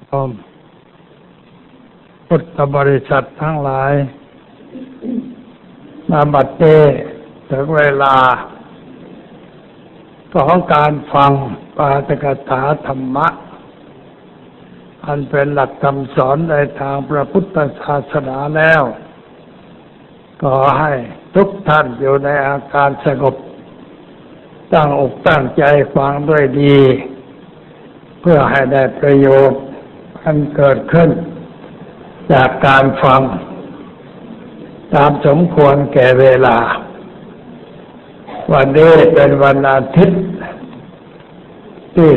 พร้อมพุทธบริษัททั้งหลายมาบัดนี้ถึงเวลาของการฟังปาฐกถาธรรมะอันเป็นหลักคำสอนในทางพระพุทธศาสนาแล้วขอให้ทุกท่านอยู่ในอาการสงบตั้งอกตั้งใจฟังด้วยดีเพื่อให้ได้ประโยชน์อันเกิดขึ้นจากการฟังตามสมควรแก่เวลาวันนี้เป็นวันอาทิตย์ที่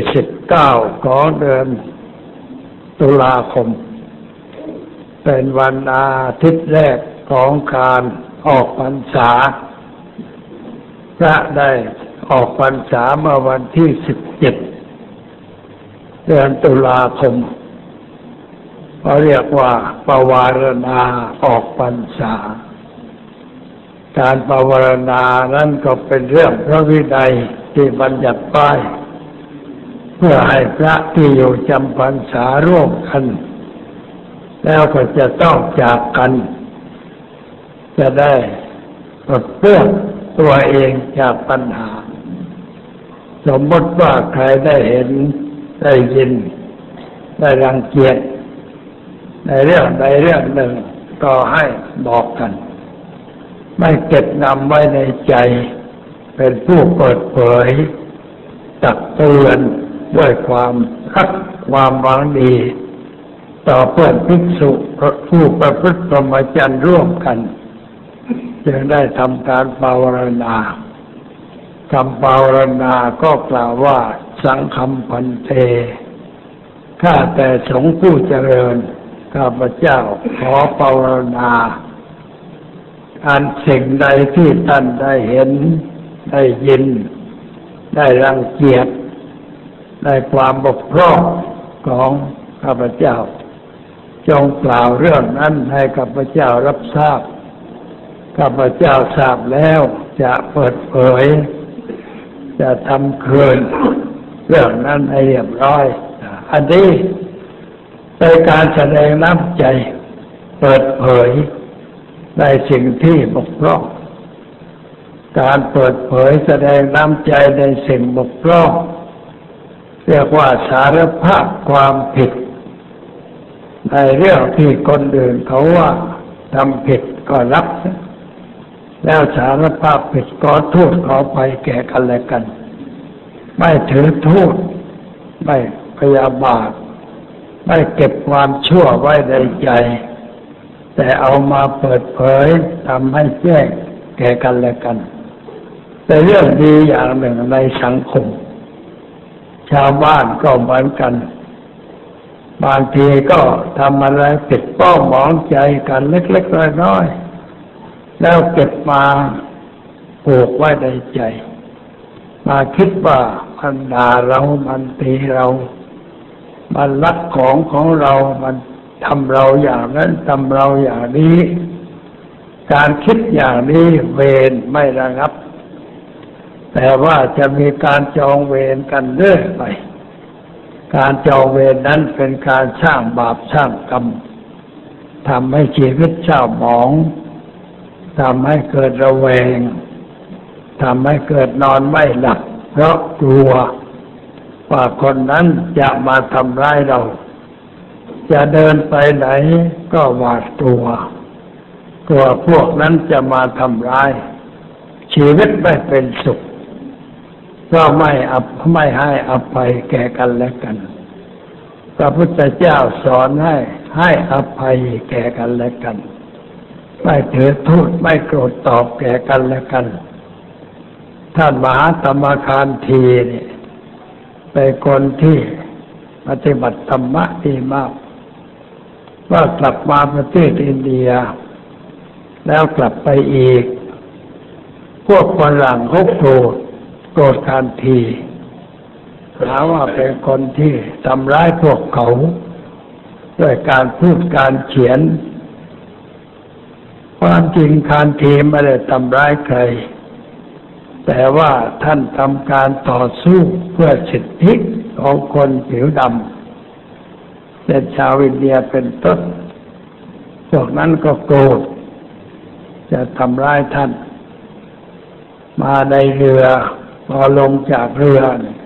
19ของเดือนตุลาคมเป็นวันอาทิตย์แรกของการออกพรรษาพระได้ออกพรรษาเมื่อวันที่17เดือนตุลาคมเขาเรียกว่าปวารณาออกพรรษาการปวารณานั้นก็เป็นเรื่องพระวินัยที่บัญญัติไว้เพื่อให้พระที่อยู่จำพรรษาร่วมกันแล้วก็จะต้องจากกันจะได้ปลดเปลื้องตัวเองจากปัญหาสมมติว่าใครได้เห็นได้ยินได้รังเกียจในเรื่องใดเรื่องหนึ่งก็ให้บอกกันไม่เก็บงำไว้ในใจเป็นผู้เปิดเผยตักเตือนด้วยความรักความหวังดีต่อเพื่อนภิกษุผู้ประพฤติพรหมจรรย์ร่วมกันจึงได้ทำการภาวนาคำภาวนาก็กล่าวว่าสังฆัมพันเทข้าแต่สงฆ์ผู้เจริญข้าพเจ้าขอภาวนาอันสิ่งใดที่ท่านได้เห็นได้ยินได้รังเกียจได้ความบกพร่องของข้าพเจ้าจงกล่าวเรื่องนั้นให้ข้าพเจ้ารับทราบข้าพเจ้าทราบแล้วจะเปิดเผยจะทำคืนเรื่องนั้นให้เรียบร้อยอันนี้เป็นการแสดงน้ำใจเปิดเผยในสิ่งที่บกพร่องการเปิดเผยแสดงน้ำใจในสิ่งบกพร่องเรียกว่าสารภาพความผิดในเรื่องที่คนอื่นเขาว่าทำผิดก็รับแล้วสารภาพผิดก็โทษขอไปแก่กันและกันไม่ถือโทษไม่พยาบาทไม่เก็บความชั่วไว้ในใจแต่เอามาเปิดเผยทำให้แจ้งแก่กันและกันเป็นเรื่องดีอย่างหนึ่งในสังคมชาวบ้านก็เหมือนกันบางทีก็ทำอะไรผิดป้องหมองใจกันเล็กๆน้อยๆแล้วเก็บมาผูกไว้ในใจมาคิดว่ามันด่าเรามันตีเรามันลักของเรามันทำเราอย่างนั้นทำเราอย่างนี้การคิดอย่างนี้เวรไม่ระงับแต่ว่าจะมีการจองเวรกันเรื่อยไปการจองเวรนั้นเป็นการสร้างบาปสร้างกรรมทำให้ชีวิตเศร้าหมองทำให้เกิดระแวงทำให้เกิดนอนไม่หลับเพราะกลัวว่าคนนั้นจะมาทำร้ายเราจะเดินไปไหนก็หวาดกลัวพวกนั้นจะมาทำร้ายชีวิตไม่เป็นสุขก็ไม่ให้อภัยแก่กันและกันพระพุทธเจ้าสอนให้อภัยแก่กันและกันไม่ถือโทษไม่โกรธตอบแก่กันและกันท่านมหาธรรมคานธีนี่เป็นคนที่ปฏิบัติธรรมะดีมากว่ากลับมาประเทศอินเดียแล้วกลับไปอีกพวกฝรั่งเขาโกรธคานธีหาว่าเป็นคนที่ทำร้ายพวกเขาด้วยการพูดการเขียนความจริงคานธีไม่ได้ทำร้ายใคร แต่ว่าท่านทำการต่อสู้เพื่อสิทธิของคนผิวดำเป็นชาวอินเดียเป็นต้นพวกนั้นก็โกรธจะทำร้ายท่านมาในเรือพอลงจากเรือ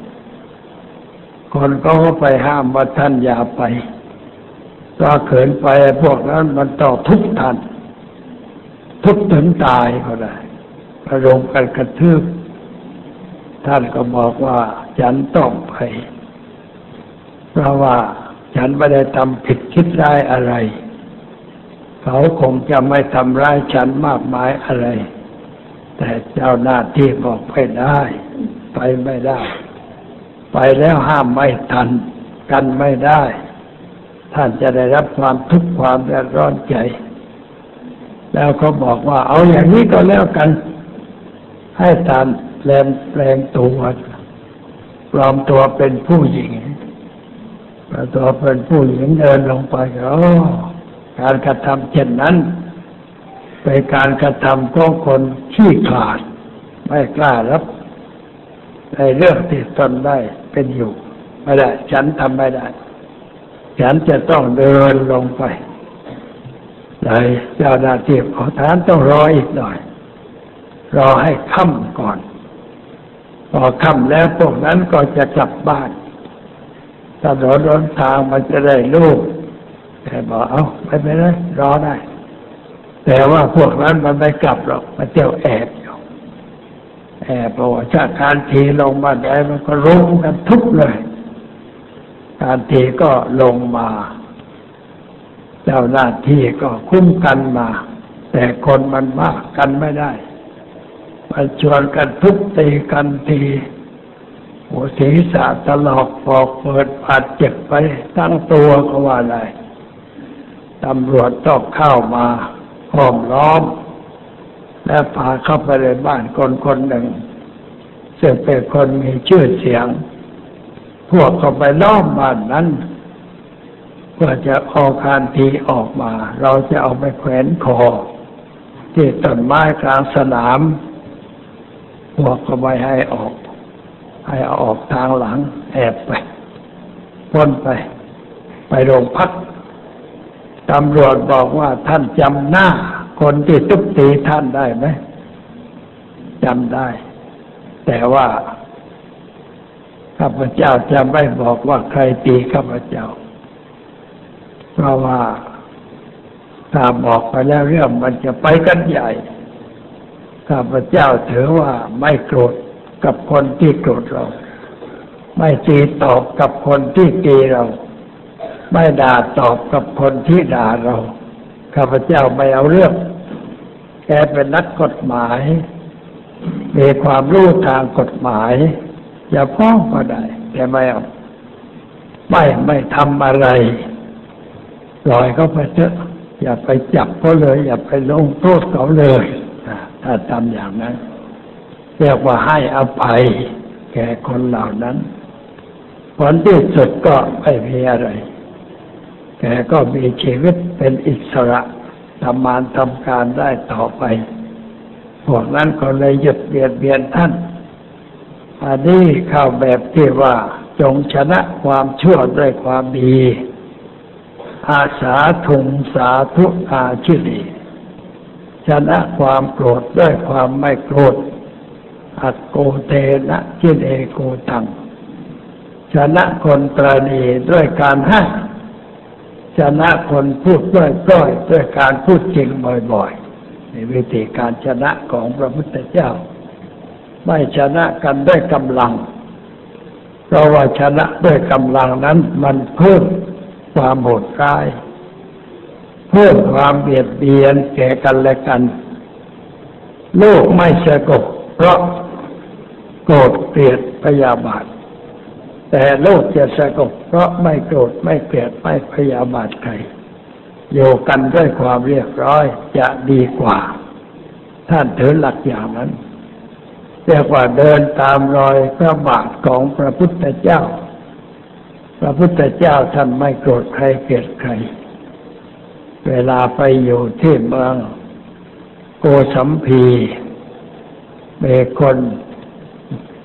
คนก็ไปห้ามว่าท่านอย่าไปถ้าเขินไปพวกนั้นมันต่อทุบท่านทุบถึงตายก็ได้ประลงกันกระทืบท่านก็บอกว่าฉันต้องไปเพราะว่าฉันไม่ได้ทำผิดคิดร้ายอะไรเขาคงจะไม่ทำร้ายฉันมากมายอะไรแต่เจ้าหน้าที่บอกไม่ได้ไปไม่ได้ไปแล้วห้ามไม่ทันกันไม่ได้ท่านจะได้รับความทุกข์ความเดือดร้อนใจแล้วเขาบอกว่าเอาอย่างนี้ก็แล้วกันให้ท่านแปลงตัวปลอมตัวเป็นผู้หญิงปลอมตัวเป็นผู้หญิงเดินลงไปการกระทำเช่นนั้นเป็นการกระทำของคนขี้ขลาดไม่กล้ารับในเรื่องที่ตนได้เป็นอยู่ไม่ได้ฉันทำไม่ได้ฉันจะต้องเดินลงไปเลยเจ้าหน้าที่ขอทานต้องรออีกหน่อยรอให้ค่ำก่อนพอค่ำแล้วพวกนั้นก็จะกลับบ้านถนนหนทางมันจะได้โล่งแต่บอกเอาไม่เป็นไรรอได้แต่ว่าพวกนั้นมันไม่กลับหรอกมันเที่ยวแอบอยู่แอบเพราะว่าถ้าการทีลงมาได้มันก็รุมกันทุกเลยการทีก็ลงมาเจ้าหน้าที่ก็คุ้มกันมาแต่คนมันมากกันไม่ได้มันชวนกันทุบตีกันทีหัวศีรษะถลอกปอกเปิดบาดเจ็บไปทั้งตัวก็ว่าได้ตำรวจต้องเข้ามาห้อมล้อมและพาเข้าไปในบ้านคนหนึ่งซึ่งเป็นคนมีชื่อเสียงพวกก็ไปล้อมบ้านนั้นเพื่อจะเอาคานทีออกมาเราจะเอาไปแขวนคอที่ต้นไม้กลางสนามพวกก็ไม่ให้ออกให้เอาออกทางหลังแอบไปพ้นไปโรงพักตำรวจบอกว่าท่านจำหน้าคนที่ทุบตีท่านได้ไหมจำได้แต่ว่าข้าพเจ้าจะไม่บอกว่าใครตีข้าพเจ้าเพราะว่าถ้าบอกไปแล้วเรื่องมันจะไปกันใหญ่ข้าพเจ้าถือว่าไม่โกรธกับคนที่โกรธเราไม่ตีตอบกับคนที่ตีเราไม่ด่าตอบกับคนที่ด่าเราข้าพเจ้าไม่เอาเรื่องแกเป็นนักกฎหมายมีความรู้ทางกฎหมายอย่าฟ้องก็ได้แต่ไม่เอาไม่ทำอะไรปล่อยเขาไปเถอะอย่าไปจับเขาเลยอย่าไปลงโทษเขาเลยถ้าทำอย่างนั้นเรียกว่าให้อภัยแก่คนเหล่านั้นผลที่สุดก็ไม่มีอะไรแกก็มีชีวิตเป็นอิสระทำงานทำการได้ต่อไปพวกนั้นก็เลยหยุดเบียดท่านอันนี้เข้าแบบที่ว่าจงชนะความชั่วด้วยความดีอาสาทุงสาธุอาชิริชนะความโกรธด้วยความไม่โกรธอัตโกเทนะชิเอโกตังชนะคนตรณีด้วยการให้ชนะคนพูดด้วยการพูดจริงบ่อยๆในวิธีการชนะของพระพุทธเจ้าไม่ชนะกันด้วยกำลังเพราะว่าชนะด้วยกำลังนั้นมันเพิ่มความโหดร้ายเพิ่มความเบียดเบียนแก่กันและกันโลกไม่สงบเพราะโกรธเกลียดพยาบาทแต่โลกจะสงบเพราะไม่โกรธไม่เกลียดไม่พยาบาทใครอยู่กันด้วยความเรียบร้อยจะดีกว่าท่านถือหลักอย่างนั้นเรียกว่าเดินตามรอยพระบาทของพระพุทธเจ้าพระพุทธเจ้าท่านไม่โกรธใครเกลียดใครเวลาไปอยู่ที่เมืองโกสัมพีมีคน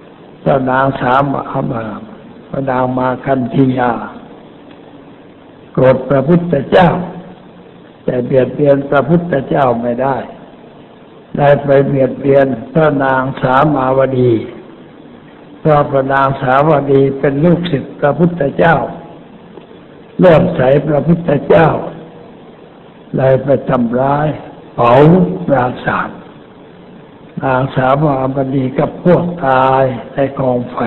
เจ้านางสามพระนางมาคันธียาก็รธพระพุทธเจ้าแต่เบียดเบียนพระพุทธเจ้าไม่ได้ไปเบียดเบียนพระนางสามาวดีเพราะพระนางสามาวดีเป็นลูกศิษย์พระพุทธเจ้าเลื่อมใสพระพุทธเจ้าเลยไปทำร้ายเผาปราสาทนางสามาวดีกับพวกตายในกองไฟ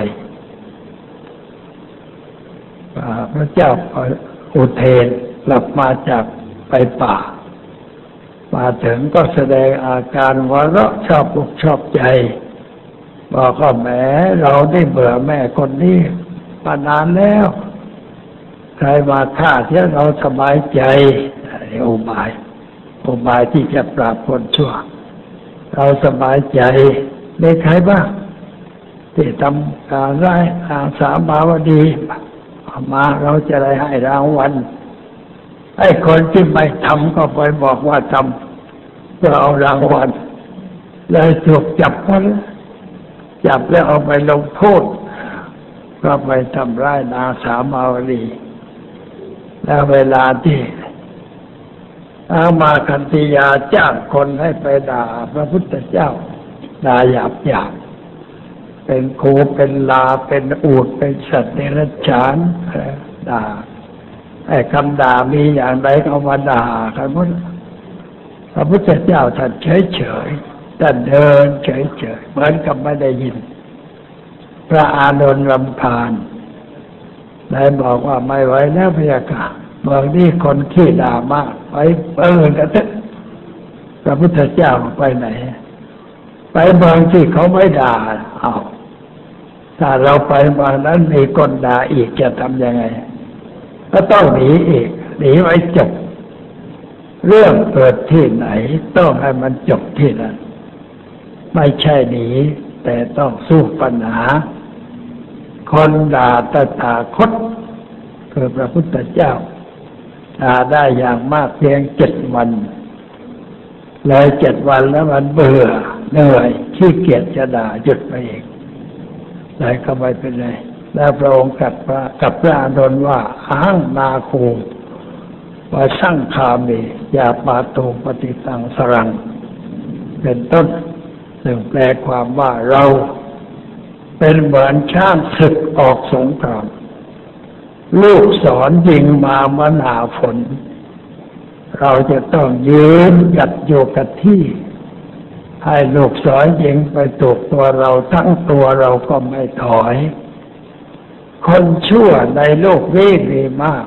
พระเจ้าอุเทนกลับมาจากไปป่ามาถึงก็แสดงอาการหัวเราะชอบอกชอบใจบอกว่าแหมเราได้เบื่อแม่คนนี้มานานแล้วใครมาฆ่าเที่ยเราสบายใจอุบายที่จะปราบคนชั่วเราสบายใจได้ใครบ้างที่ทำการร้ายนางสามาวดีมาเราจะได้ให้รางวัลไอ้คนที่ไม่ทำก็ไปบอกว่าทำเพื่อเอารางวัลเลยถูกจับคนจับแล้วเอาไปลงโทษก็ไปทำร้ายนางสามาวดีแล้วเวลาที่อามาคันธียาจ้างคนให้ไปด่าพระพุทธเจ้าด่าหยาบเป็นโคเป็นลาเป็นอูฐเป็นสัตว์เดรัจฉานด่าไอ้คำด่ามีอย่างไรก็เอามาด่ากันหมดพระพุทธเจ้าท่านเฉยท่านเดินเฉยเหมือนกับไม่ได้ยินพระอานนท์รำคาญได้บอกว่าไม่ไหวแล้วพระยาค่ะเมืองนี้คนขี้ด่ามากไปอื่นกันเถอะพระพุทธเจ้าไปไหนไปเมืองที่เขาไม่ด่าเอาถ้าเราไปเมืองนั้นมีคนด่าอีกจะทำยังไงก็ต้องหนีอีกหนีไว้จบเรื่องเกิดที่ไหนต้องให้มันจบที่นั่นไม่ใช่หนีแต่ต้องสู้ปัญหาคนด่าตถาคตคือพระพุทธเจ้าด่าได้อย่างมากเพียง7 วันเลย7 วันแล้วมันเบื่อเหนื่อยขี้เกียจจะด่าหยุดไปเองเลยก็ไม่เป็นไรแล้วพระองค์กับพระอานนท์ว่าหังนาคูว่าสั่งคามียาปาตูปฏิตังสรังเป็นต้นซึ่งแปลความว่าเราเป็นเหมือนช้างศึกออกสงครามลูกศรยิงมาเมื่อหน้าฝนเราจะต้องยืนหยัดอยู่กับที่ให้ลูกศรยิงไปตกตัวเราทั้งตัวเราก็ไม่ถอยคนชั่วในโลกนี้มีมาก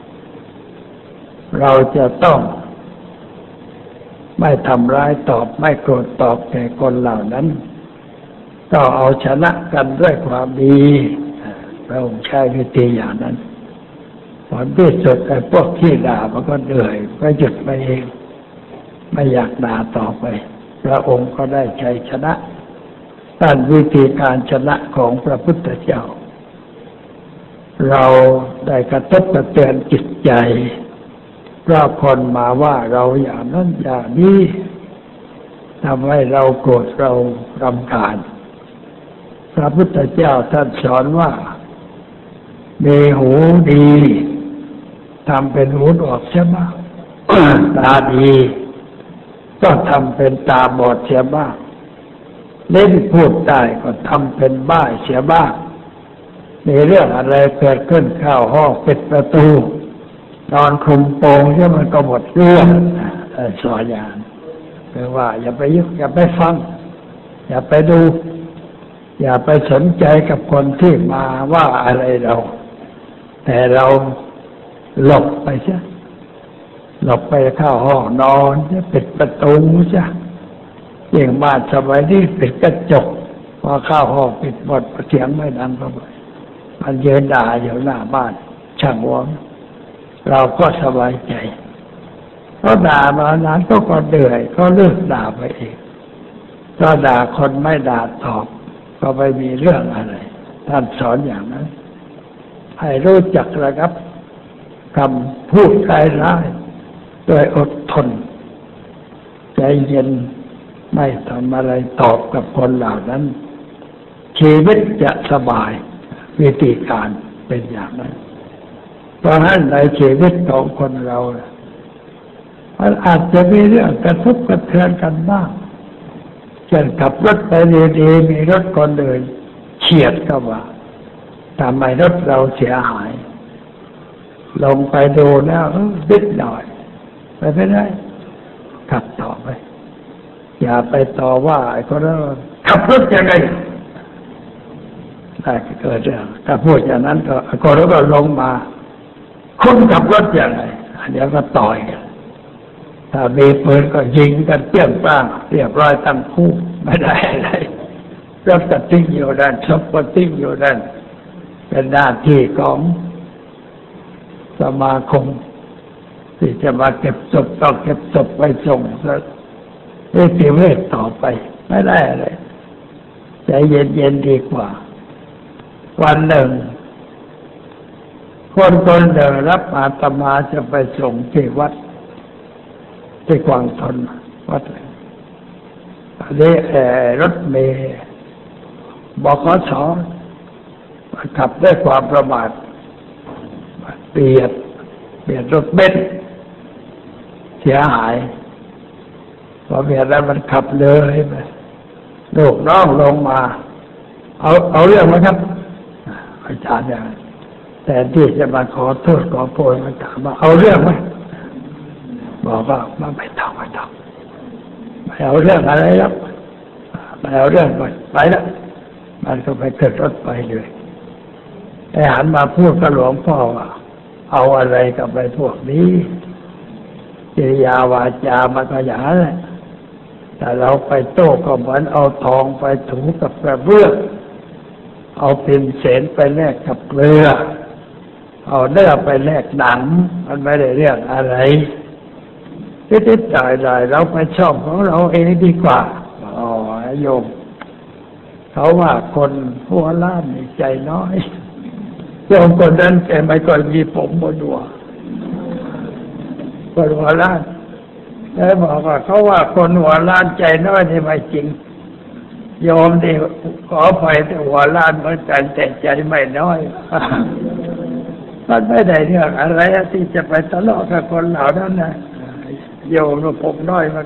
เราจะต้องไม่ทำร้ายตอบไม่โกรธตอบแก่คนเหล่านั้นต้องเอาชนะกันด้วยความดีพระองค์ใช้วิธีอย่างนั้นผลที่สุดไอ้พวกที่ด่ามันก็เหนื่อยก็หยุดไปเองไม่อยากด่าต่อไปพระองค์ก็ได้ชัยชนะด้านวิธีการชนะของพระพุทธเจ้าเราได้กระทบกระเทือนจิตใจเพราะคนมาว่าเราอย่างนั้นอย่างนี้ทำให้เราโกรธเรารำคาญพระพุทธเจ้าท่านสอนว่ามีหูดีทำเป็นหูหนวกใช่ไหม ตาดีก็ทำเป็นตาบอดเสียบ้างเล่นพูดได้ก็ทำเป็นบ้าเสียบ้างมีเรื่องอะไรเกิดขึ้นเข้าห้องปิดประตูนอนคลุมโปงที่มันก็หมดเรื่องสอนอย่างแปลว่าอย่าไปยุ่งอย่าไปฟังอย่าไปดูอย่าไปสนใจกับคนที่มาว่าอะไรเราแต่เราหลบไปซะหลบไปเข้าห้องนอนจะปิดประตูซะยิ่งบ้านสมัยนี้ปิดกระจกพอเข้าห้องปิดหมดเสียงไม่ดังเข้าไปมันยืนด่าอยู่หน้าบ้านช่างวงเราก็สบายใจเขาด่ามานั้นก็เหนื่อยก็เลิกด่าไปเองก็ด่าคนไม่ด่าตอบก็ไม่มีเรื่องอะไรท่านสอนอย่างนั้นให้รู้จักระงับคำพูดร้ายๆโดยอดทนใจเย็นไม่ทำอะไรตอบกับคนเหล่านั้นชีวิตจะสบายวิธีการเป็นอย่างนั้นเพราะฉะนั้นในชีวิตของคนเรามันอาจจะมีเรื่องกระทบกระเทือนกันบ้างเช่นขับรถไปดีๆมีรถคนอื่นเฉียดเข้ามาทำให้รถเราเสียหายลงไปดูแล้วนิดหน่อยไม่เป็นไรขับต่อไปอย่าไปต่อว่าไอ้คนนั้นขับรถยังไงได้เกิดเรื่องถ้าพูดอย่างนั้นก็คนนั้นก็ลงมาคุณขับรถยังไงเดี๋ยวก็ต่อยกันถ้ามีปืนก็ยิงกันเปรี้ยงป้างเรียบร้อยทั้งคู่ไม่ได้อะไรรถก็ทิ้งอยู่ด้านศพก็ทิ้งอยู่ด้านเป็นหน้าที่ของสมาคมที่จะมาเก็บศพต้องเก็บศพไปส่งนิติเวชต่อไปไม่ได้อะไรใจเย็นๆดีกว่าวันหนึ่งคนหนึ่งรับอาตมาจะไปส่งที่วัดที่กวางทนวัดอันนี้รถเมล์บขส.ขับด้วยความประมาทเบียดรถเบนซ์เสียหายพอเบียดแล้วมันขับเลยไปลูกน้องลงมาเอาเรื่องไหมครับอาจารย์อย่างแต่ที่จะมาขอโทษขอโพยมันถามว่าเอาเรื่องไหมบอกว่าไม่ต้องไม่เอาเรื่องอะไรแล้วไม่เอาเรื่องไปแล้วมันก็ไปขึ้นรถไปเลยไอ้หันมาพูดกับหลวงพ่อว่าเอาอะไรกับไปพวกนี้กิริยาวาจามันก็อย่างนั้นแหละแต่เราไปโต้ก็เหมือนเอาทองไปถูกับกระเบื้องเอาพิมพ์เสนไปแลกกับเกลือเอาเนื้อไปแลกหนังมันไม่ได้เรื่องอะไรติดๆจ่ายๆเราไปชอบของเราเองดีกว่าอ๋อโยมเขาว่าคนหัวล้านนี่ใจน้อยโยมคนนั้นแกไม่ค่อยมีผมบนหัวคนหัวล้านแล้วบอกว่าเขาว่าคนหัวล้านใจน้อยนี่ไม่จริงโยมนี่ขอไปแต่หัวล้านเหมือนกันแต่ใจไม่น้อยมันไม่ได้เรื่องอะไรที่จะไปทะเลาะกับคนเหล่านั้นนะโยมผมน้อยมาก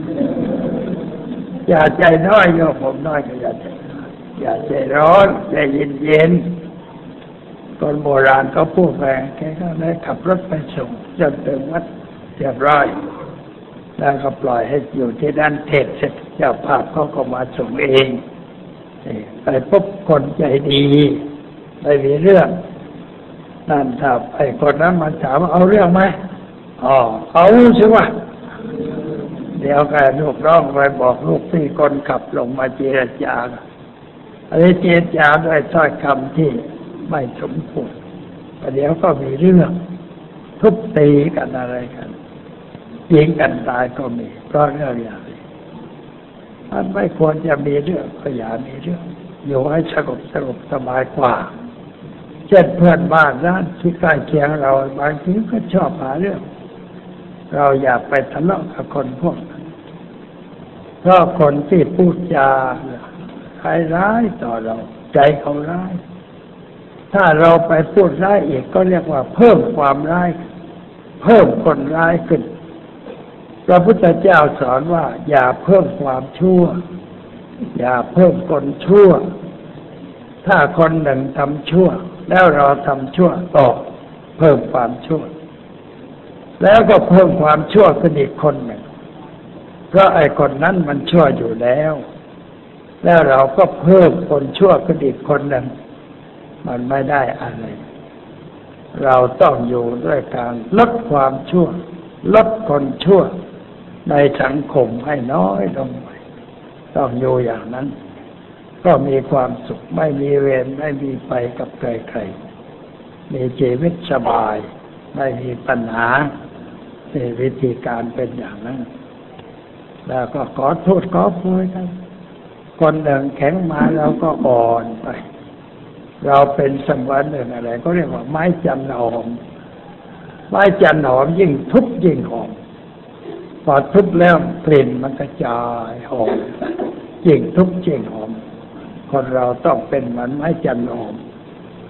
อย่าใจน้อยโยมผมน้อยก็อย่าใจร้อนใจเย็นคนโบราณก็พูดไปแกก็ได้ขับรถไปส่งจนถึงวัดเรียบร้อยแล้วก็ปล่อยให้อยู่ที่ด้านเทศเสร็จเจ้าภาพเขาก็มาส่งเองไปพบคนใจดีไม่มีเรื่องนั่นถ้าไอ้คนนั้นมาถามว่าเอาเรื่องไหมเอาสิวะเดี๋ยวแกลูกร้องไปบอกลูกพี่คนขับลงมาเจรจาอันนี้เจรจาด้วยถ้อยคำที่ไม่สมควรเดี๋ยวก็มีเรื่องทุบตีกันอะไรกันยิงกันตายก็มีเพราะเรื่องอย่างนี้มันไม่ควรจะมีเรื่องก็อย่ามีเรื่องอยู่ให้สงบสบายกว่าเช่นเพื่อนบ้านร้านที่ใกล้เคียงเราบางทีก็ชอบหาเรื่องเราอย่าไปทะเลาะกับคนพวกนั้นเพราะคนที่พูดจาใครร้ายต่อเราใจเขาร้ายถ้าเราไปพูดร้ายอีกก็เรียกว่าเพิ่มความร้ายเพิ่มคนร้ายขึ้นพระพุทธเจ้าสอนว่าอย่าเพิ่มความชั่วอย่าเพิ่มคนชั่วถ้าคนหนึ่งทำชั่วแล้วเราทำชั่วต่อเพิ่มความชั่วแล้วก็เพิ่มความชั่วขึ้นอีกคนหนึ่งเพราะไอ้คนนั้นมันชั่วอยู่แล้วเราก็เพิ่มคนชั่วขึ้นอีกคนหนึ่งมันไม่ได้อะไรเราต้องอยู่ด้วยการลดความชั่วลดคนชั่วในสังคมให้น้อยลงไปต้องอยู่อย่างนั้นก็มีความสุขไม่มีเวรไม่มีไปกับใครๆมีชีวิตสบายไม่มีปัญหาวิธีการเป็นอย่างนั้นแล้วก็ขอโทษขอโพยกันคนหนึ่งแข็งมาเราก็อ่อนไปเราเป็นสมบัติหนึ่งอะไรก็เรียกว่าไม้จันหอมไม้จันหอมยิ่งทุบยิ่งหอมพอทุบแล้วกลิ่นมันกระจายหอมยิ่งทุบยิ่งหอมคนเราต้องเป็นเหมือนไม้จันหอมใ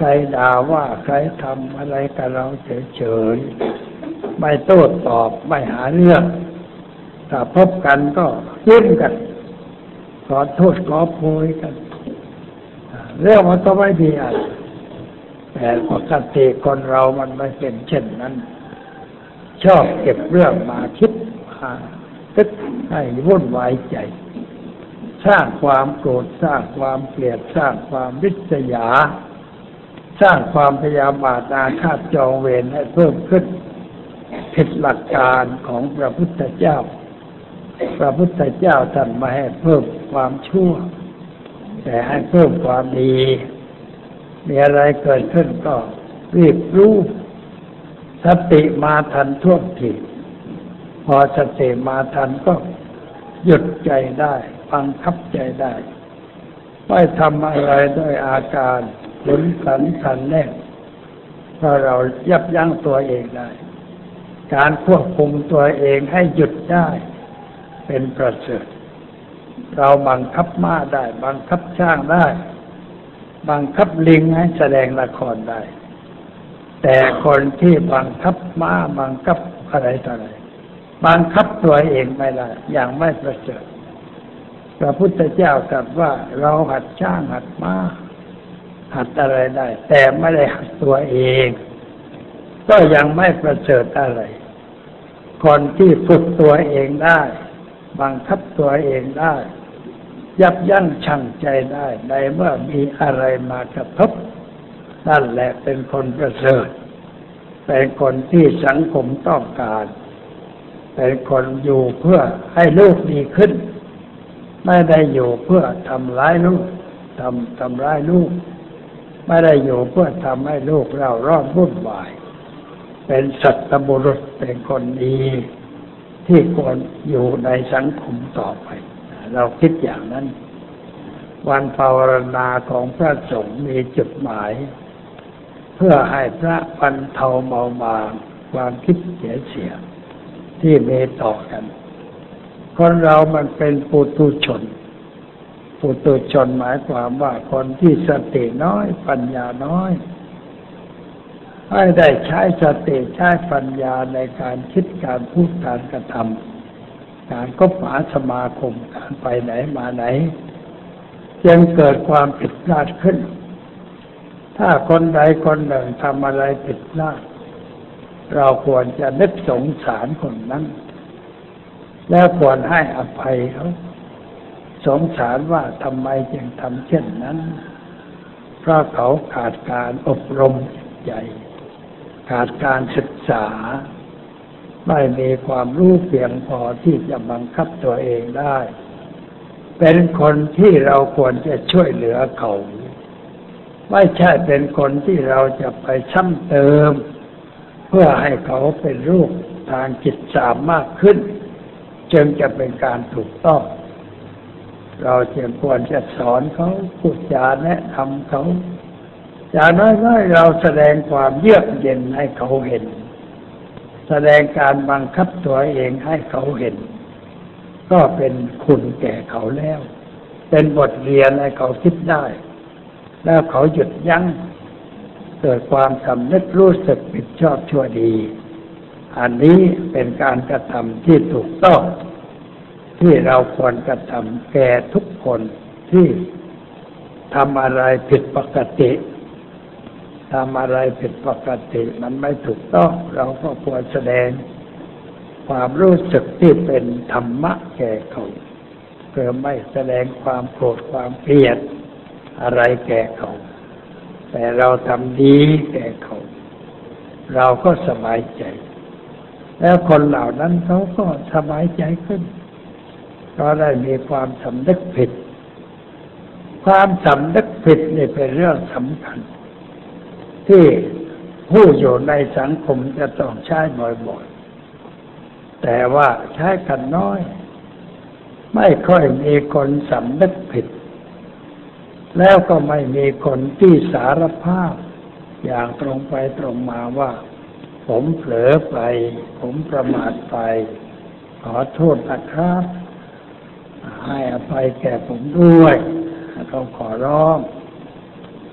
ใครด่าว่าใครทำอะไรกับเราเฉยๆไม่โต้ตอบไม่หาเรื่องถ้าพบกันก็ยิ้มกันขอโทษขอโพยกันเรื่องมันก็ไม่มีอะไรแต่ปกติคนเรามันไม่เป็นเช่นนั้นชอบเก็บเรื่องมาคิดมาตึกให้วุ่นวายใจสร้างความโกรธสร้างความเกลียดสร้างความริษยาสร้างความพยาบาทอาฆาตจองเวรให้เพิ่มขึ้นผิดหลักการของพระพุทธเจ้าพระพุทธเจ้าท่านไม่ให้เพิ่มความชั่วแต่ให้เพิ่มความดีมีอะไรเกิดขึ้นก็รีบรู้สติมาทันท่วงทีพอสติมาทันก็หยุดใจได้บังคับใจได้ไม่ทำอะไรด้วยอาการหลุนขันขันแน่เพราะเรายับยั้งตัวเองได้การควบคุมตัวเองให้หยุดได้เป็นประเสริฐเราบังคับม้าได้บังคับช้างได้บังคับลิงให้แสดงละครได้แต่คนที่บังคับม้าบังคับอะไรต่ออะไรบังคับตัวเองไม่ได้อย่างไม่ประเสริฐพระพุทธเจ้าตรัสว่าเราหัดช้างหัดม้าหัดอะไรได้แต่ไม่ได้หัดตัวเองก็ยังไม่ประเสริฐอะไรคนที่ฝึกตัวเองได้บังคับตัวเองได้ยับยั้งชั่งใจได้ในเมื่อมีอะไรมากระทบนั่นแหละเป็นคนประเสริฐเป็นคนที่สังคมต้องการเป็นคนอยู่เพื่อให้ลูกดีขึ้นไม่ได้อยู่เพื่อทำร้ายลูกทำร้ายลูกไม่ได้อยู่เพื่อทำให้ลูกเราร้อนวุ่นวายเป็นสัตบุรุษเป็นคนดีที่ควรอยู่ในสังคมต่อไปเราคิดอย่างนั้นวันภาวนาของพระสงฆ์มีจุดหมายเพื่อให้พระบรรเทาเบาบางความคิดเสียที่มีต่อกันคนเรามันเป็นปุถุชนปุถุชนหมายความว่าคนที่สติน้อยปัญญาน้อยไม่ได้ใช้สติใช้ปัญญาในการคิดการพูดการกระทำการคบหาสมาคมการไปไหนมาไหนจึงเกิดความผิดพลาดขึ้นถ้าคนใดคนหนึ่งทำอะไรผิดพลาดเราควรจะนึกสงสารคนนั้นแล้วควรให้อภัยเขาสงสารว่าทำไมจึงทำเช่นนั้นเพราะเขาขาดการอบรมใจขาดการศึกษาไม่มีความรู้เพียงพอที่จะบังคับตัวเองได้เป็นคนที่เราควรจะช่วยเหลือเขาไม่ใช่เป็นคนที่เราจะไปซ้ำเติมเพื่อให้เขาเป็นรูปทางจิตสามมากขึ้นจึงจะเป็นการถูกต้องเราจึงควรจะสอนเขาพูดจาแนะนำเขาอย่างน้อยๆเราแสดงความเยือกเย็นให้เขาเห็นแสดงการบังคับตัวเองให้เขาเห็นก็เป็นคุณแก่เขาแล้วเป็นบทเรียนให้เขาคิดได้แล้วเขาหยุดยั้งเกิดความสำนึกรู้สึกผิดชอบชั่วดีอันนี้เป็นการกระทำที่ถูกต้องที่เราควรกระทำแก่ทุกคนที่ทำอะไรผิดปกติทำอะไรผิดปกติมันไม่ถูกต้องเราก็ควรแสดงความรู้สึกที่เป็นธรรมะแก่เขาเพื่อไม่แสดงความโกรธความเกลียดอะไรแก่เขาแต่เราทำดีแก่เขาเราก็สบายใจแล้วคนเหล่านั้นเขาก็สบายใจขึ้นก็ได้มีความสำนึกผิดความสำนึกผิดนี่เป็นเรื่องสำคัญที่ผู้อยู่ในสังคมจะต้องใช้บ่อยๆแต่ว่าใช้กันน้อยไม่ค่อยมีคนสำนึกผิดแล้วก็ไม่มีคนที่สารภาพอย่างตรงไปตรงมาว่าผมเผลอไปผมประมาทไปขอโทษนะครับให้อภัยแก่ผมด้วยเขาขอร้อง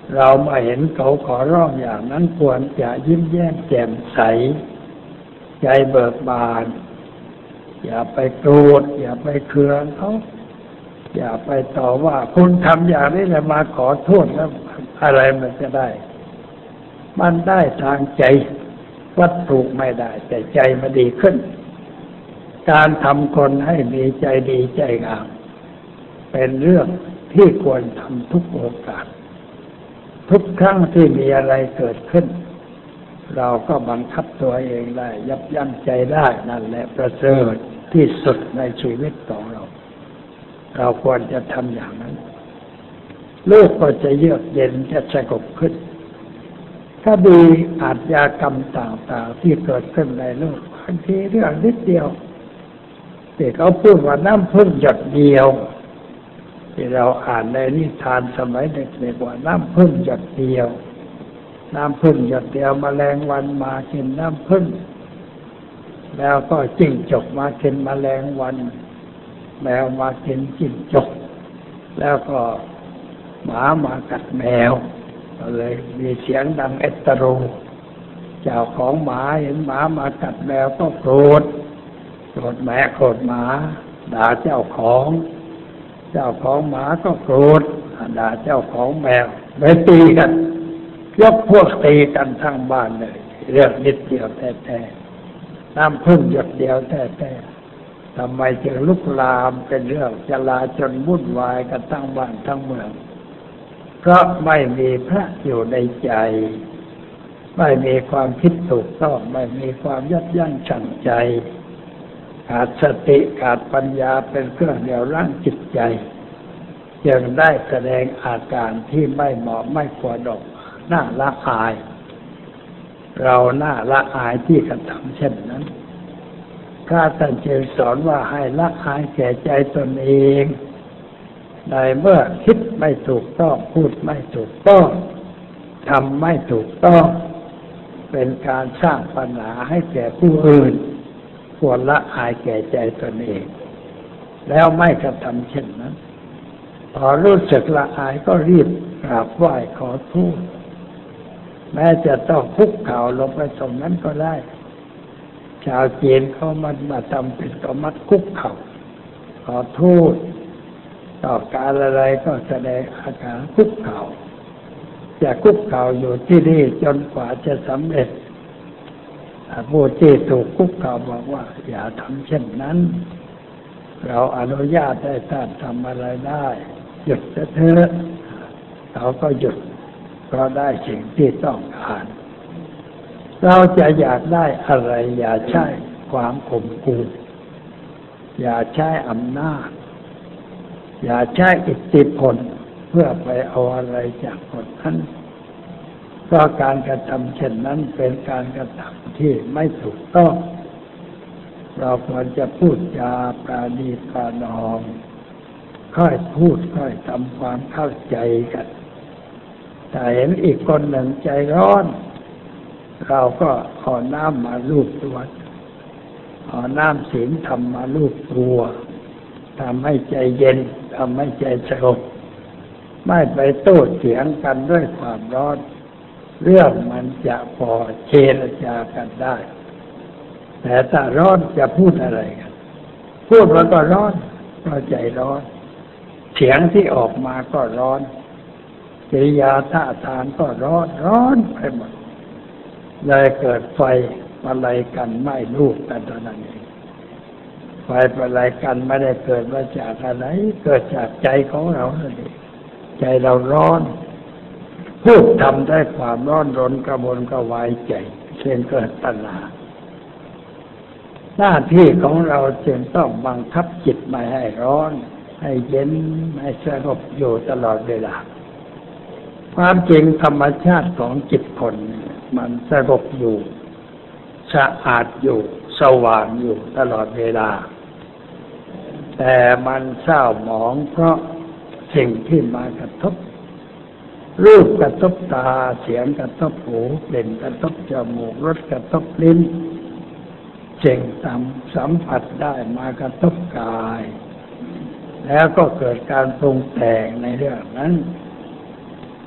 เรามาเห็นเขาขอร้องอย่างนั้นควรจะยิ้มแย้มแจ่มใสใจเบิกบานอย่าไปโกรธอย่าไปเคืองเขาอย่าไปต่อว่าคุณทำอย่างนี้แล้วมาขอโทษแล้วอะไรมันจะได้มันได้ทางใจวัตถุไม่ได้แต่ใจมันดีขึ้นการทำคนให้มีใจดีใจงามเป็นเรื่องที่ควรทำทุกโอกาสทุกครั้งที่มีอะไรเกิดขึ้นเราก็บังคับตัวเองได้ยับยั้งใจได้นั่นแหละประเสริฐที่สุดในชีวิตของเราเราควรจะทำอย่างนั้นโลกก็จะเยือกเย็นจะสงบขึ้นถ้าดีอาชญากรรมต่างๆที่เกิดขึ้นในโลกบางทีเรื่องนิดเดียวที่เขาพูดว่าน้ำพึ่งหยดเดียวที่เราอ่านในนิทานสมัยเด็กๆว่าน้ำพึ่งหยดเดียวน้ำพึ่งหยดเดียวแมลงวันมากินน้ำพึ่งแล้วก็จิ้งจกมากินแมลงวันแมวมากินจิ้งจกแล้วก็หมามากัดแมวก็เลยมีเสียงดังเอตโรเจ้าของหมาเห็นหมามากัดแมวก็โกรธแม่โกรธหมาด่าเจ้าของหมาก็โกรธด่าเจ้าของแมวไปตีกันยกพวกตีกันทั้งบ้านเลยเรื่องนิดเดียวแต่น้ำพึ่งหยดเดียวแต่ทำไมจึงลุกลามเป็นเรื่องจลาจลวุ่นวายกันทั้งบ้านทั้งเมืองเพราะไม่มีพระอยู่ในใจไม่มีความคิดถูกต้องไม่มีความยับยั้งชั่งใจขาดสติขาดปัญญาเป็นเครื่องเดี่ยวรั้งจิตใจจึงได้แสดงอาการที่ไม่เหมาะไม่ควรออกน่าละอายเราน่าละอายที่กระทำเช่นนั้นพระท่านจึงสอนว่าให้ละอายแก่ใจตนเองในเมื่อคิดไม่ถูกต้องพูดไม่ถูกต้องทำไม่ถูกต้องเป็นการสร้างปัญหาให้แก่ผู้อื่นควรละอายแก่ใจตนเองแล้วไม่กระทำเช่นนั้นพอรู้สึกละอายก็รีบกราบไหว้ขอโทษแม้จะต้องคุกเข่าลงไปตรงนั้นก็ได้ชาวจีนเขามาทำผิดก็มัดคุกเข่าขอโทษต่อการอะไรก็แสดงอาการคุกเข่าจะคุกเข่าอยู่ที่นี่จนกว่าจะสำเร็จผู้ที่ถูกคุกเข่าบอกว่าอย่าทำเช่นนั้นเราอนุญาตให้ท่านทำอะไรได้หยุดเถอะเขาก็หยุดก็ได้สิ่งที่ต้องการเราจะอยากได้อะไรอย่าใช้ความข่มขู่อย่าใช้อำนาจอย่าใช้อิทธิพลเพื่อไปเอาอะไรจากคนนั้นเพราะการกระทำเช่นนั้นเป็นการกระทำที่ไม่ถูกต้องเราควรจะพูดจาปราณีปราณอมค่อยพูดค่อยทำความเข้าใจกันแต่เห็นอีกคนหนึ่งใจร้อนเราก็ขอน้ำมาลูบตัวขอน้ำศีลธรรมมาลูบตัวทำให้ใจเย็นทำให้ใจสงบไม่ไปโต้เถียงกันด้วยความร้อนเรื่องมันจะพอเจรจากันได้แต่ถ้าร้อนจะพูดอะไรกันพูดแล้วก็ร้อนเพราะใจร้อนเสียงที่ออกมาก็ร้อนกิริยาท่าทางก็ร้อนไปหมดเลยเกิดไฟอะไรกันไม่รู้กันเท่านั้นเองไฟอะไรกันไม่ได้เกิดมาจากอะไรเกิดจากใจของเรานั่นเองใจเราร้อนพูดทำได้ความร้อนรนกระวนกระวายใจเช่นเกิดปัญหาหน้าที่ของเราจึงต้องบังคับจิตไม่ให้ร้อนให้เย็นให้สงบอยู่ตลอดเวลาความจริงธรรมชาติของจิตคนมันสงบอยู่สะอาดอยู่สว่างอยู่ตลอดเวลาแต่มันเศร้าหมองเพราะสิ่งที่มากระทบรูปกระทบตาเสียงกระทบหูกลิ่นกระทบจมูกรสกระทบลิ้นสิ่งสัมผัสได้มากระทบกายแล้วก็เกิดการปรุงแต่งในเรื่องนั้น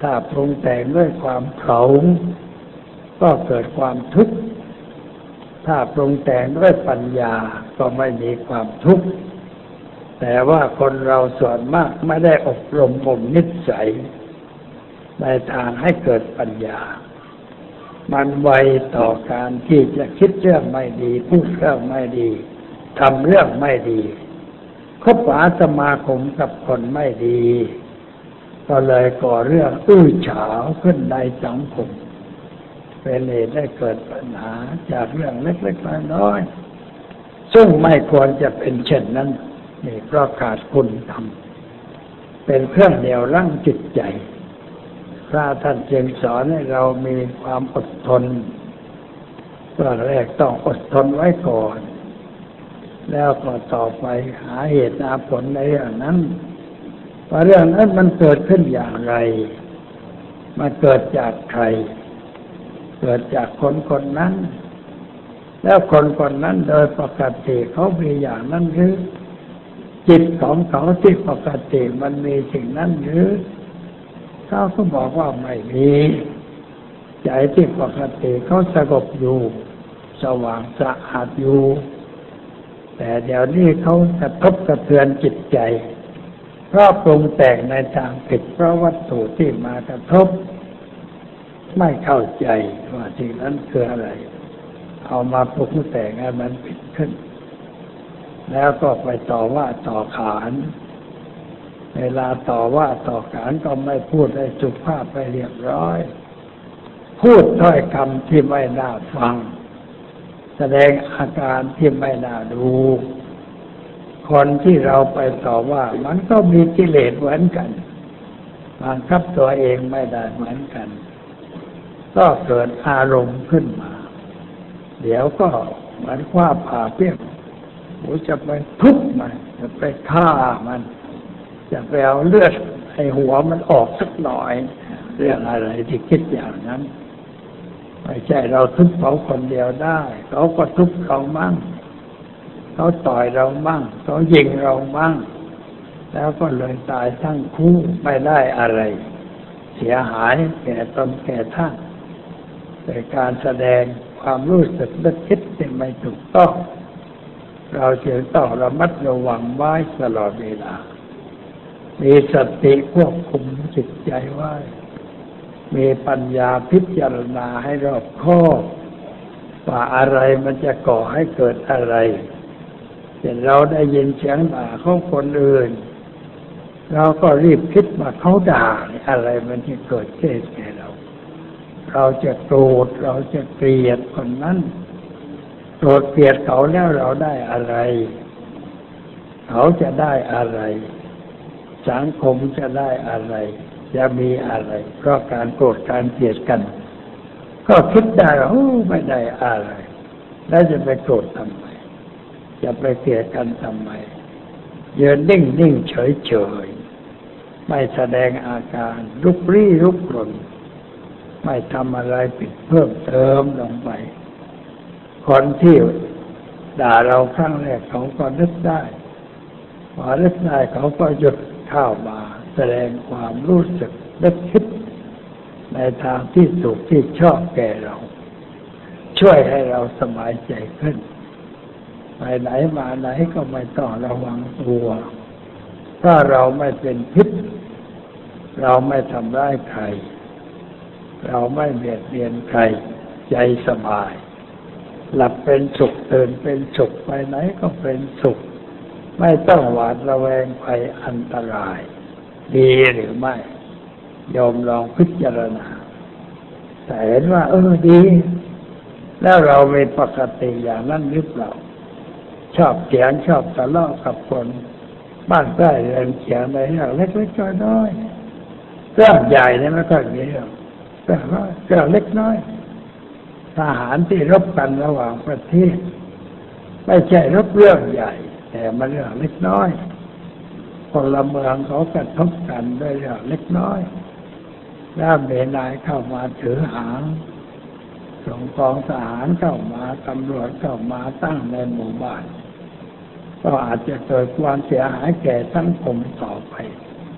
ถ้าปรุงแต่งด้วยความเผลาก็เกิดความทุกข์ถ้าปรุงแต่งด้วยปัญญาก็ไม่มีความทุกข์แต่ว่าคนเราส่วนมากไม่ได้อบรมบ่มนิสัยในทางให้เกิดปัญญามันไวต่อการที่จะคิดเรื่องไม่ดีพูดเรื่องไม่ดีทำเรื่องไม่ดีคบหาสมาคมกับคนไม่ดีก็เลยก่อเรื่องอื้อฉาวขึ้นในสังคมเป็นเหตุให้เกิดปัญหาจากเรื่องเล็กๆน้อยๆซึ่งไม่ควรจะเป็นเช่นนั้นนี่เพราะขาดคุณธรรมเป็นเครื่องเหนี่ยวรั้งจิตใจพระท่านจึงสอนให้เรามีความอดทนเบื้องแรกต้องอดทนไว้ก่อนแล้วก็ต่อไปหาเหตุหาผลในเรื่องนั้นว่าเรื่องนั้นมันเกิดขึ้นอย่างไรมันเกิดจากใครเกิดจากคนคนนั้นแล้วคนคนนั้นโดยปกติเขามีอย่างนั้นหรือจิตของเขาที่ปกติมันมีสิ่งนั้นหรือเขาก็บอกว่าไม่มีใจที่ปกติเขาสงบอยู่สว่างสะอาดอยู่แต่เดี๋ยวนี้เขากระทบกระเทือนจิตใจเพราะปรุงแต่งในทางผิดเพราะวัตถุที่มากระทบไม่เข้าใจว่าสิ่งนั้นคืออะไรเอามาปรุงแต่งให้มันผิดขึ้นแล้วก็ไปต่อว่าต่อขานเวลาต่อว่าต่อขานก็ไม่พูดให้สุภาพไปเรียบร้อยพูดถ้อยคำที่ไม่น่าฟังแสดงอาการที่ไม่น่าดูคนที่เราไปต่อว่ามันก็มีกิเลสเหมือนกันบังคับตัวเองไม่ได้เหมือนกันก็เกิดอารมณ์ขึ้นมาเดี๋ยวก็เหมือนว่าผ่าเปี้ยงจะไปทุบมันจะไปฆ่ามันจะไปเอาเลือดให้หัวมันออกสักหน่อยเรื่องอะไรที่คิดอย่างนั้นไม่ใช่เราทุบเขาคนเดียวได้เขาก็ทุบเขามั่งเขาต่อยเรามั่งเขายิงเรามั่งแล้วก็เลยตายทั้งคู่ไม่ได้อะไรเสียหายแก่ตนแก่ท่านแต่การแสดงความรู้สึกนึกคิดที่ไม่ถูกต้องเราจึงต้องระมัดระวังไว้ตลอดเวลามีสติควบคุมจิตใจไว้มีปัญญาพิจารณาให้รอบคอบว่าอะไรมันจะก่อให้เกิดอะไรเช่นเราได้ยินเสียงด่าของคนอื่นเราก็รีบคิดว่าเขาด่าอะไรมันจะเกิดขึ้นแก่เราเราจะโกรธเราจะเกลียดคนนั้นโกรธเกลียดเขาแล้วเราได้อะไรเขาจะได้อะไรสังคมจะได้อะไรจะมีอะไรเพราะการโกรธการเกลียดกันก็คิดได้ว่าไม่ได้อะไรแล้วจะไปโกรธทำไมจะไปเกลียดกันทำไมยืนนิ่งเฉยไม่แสดงอาการลุกลี้ลุกลนไม่ทำอะไรผิดเพิ่มเติมลงไปคนที่ด่าเราครั้งแรกเขาก็นึกได้พอนึกได้เขาก็หยุดเข้ามาแสดงความรู้สึกนึกคิดในทางที่ถูกที่ชอบแก่เราช่วยให้เราสบายใจขึ้นไปไหนมาไหนก็ไม่ต้องระวังตัวถ้าเราไม่เป็นพิษเราไม่ทำร้ายใครเราไม่เบียดเบียนใครใจสบายหลับเป็นสุขตื่นเป็นสุขไปไหนก็เป็นสุขไม่ต้องหวาดระแวงภัยอันตรายดีหรือไม่ยอมลองพิจารณาแต่เห็นว่าดีแล้วเราเป็นปกติอย่างนั้นหรือเปล่าชอบเถียงชอบทะเลาะกับคนบ้านใกล้เรือนเคียงในเรื่องเล็กๆน้อยๆเรื่องใหญ่เนี่ยไม่ค่อยมีเรื่องเล็กน้อยทหารที่รบกันระหว่างประเทศไม่ใช่รบเรื่องใหญ่แต่มันเรื่องเล็กน้อยพลเมืองเขากระทบกันด้วยเรื่องเล็กน้อยแล้วมีนายเข้ามาถือหางส่งกองทหารเข้ามาตำรวจเข้ามาตั้งในหมู่บ้านก็อาจจะเกิดความเสียหายแก่สังคมต่อไป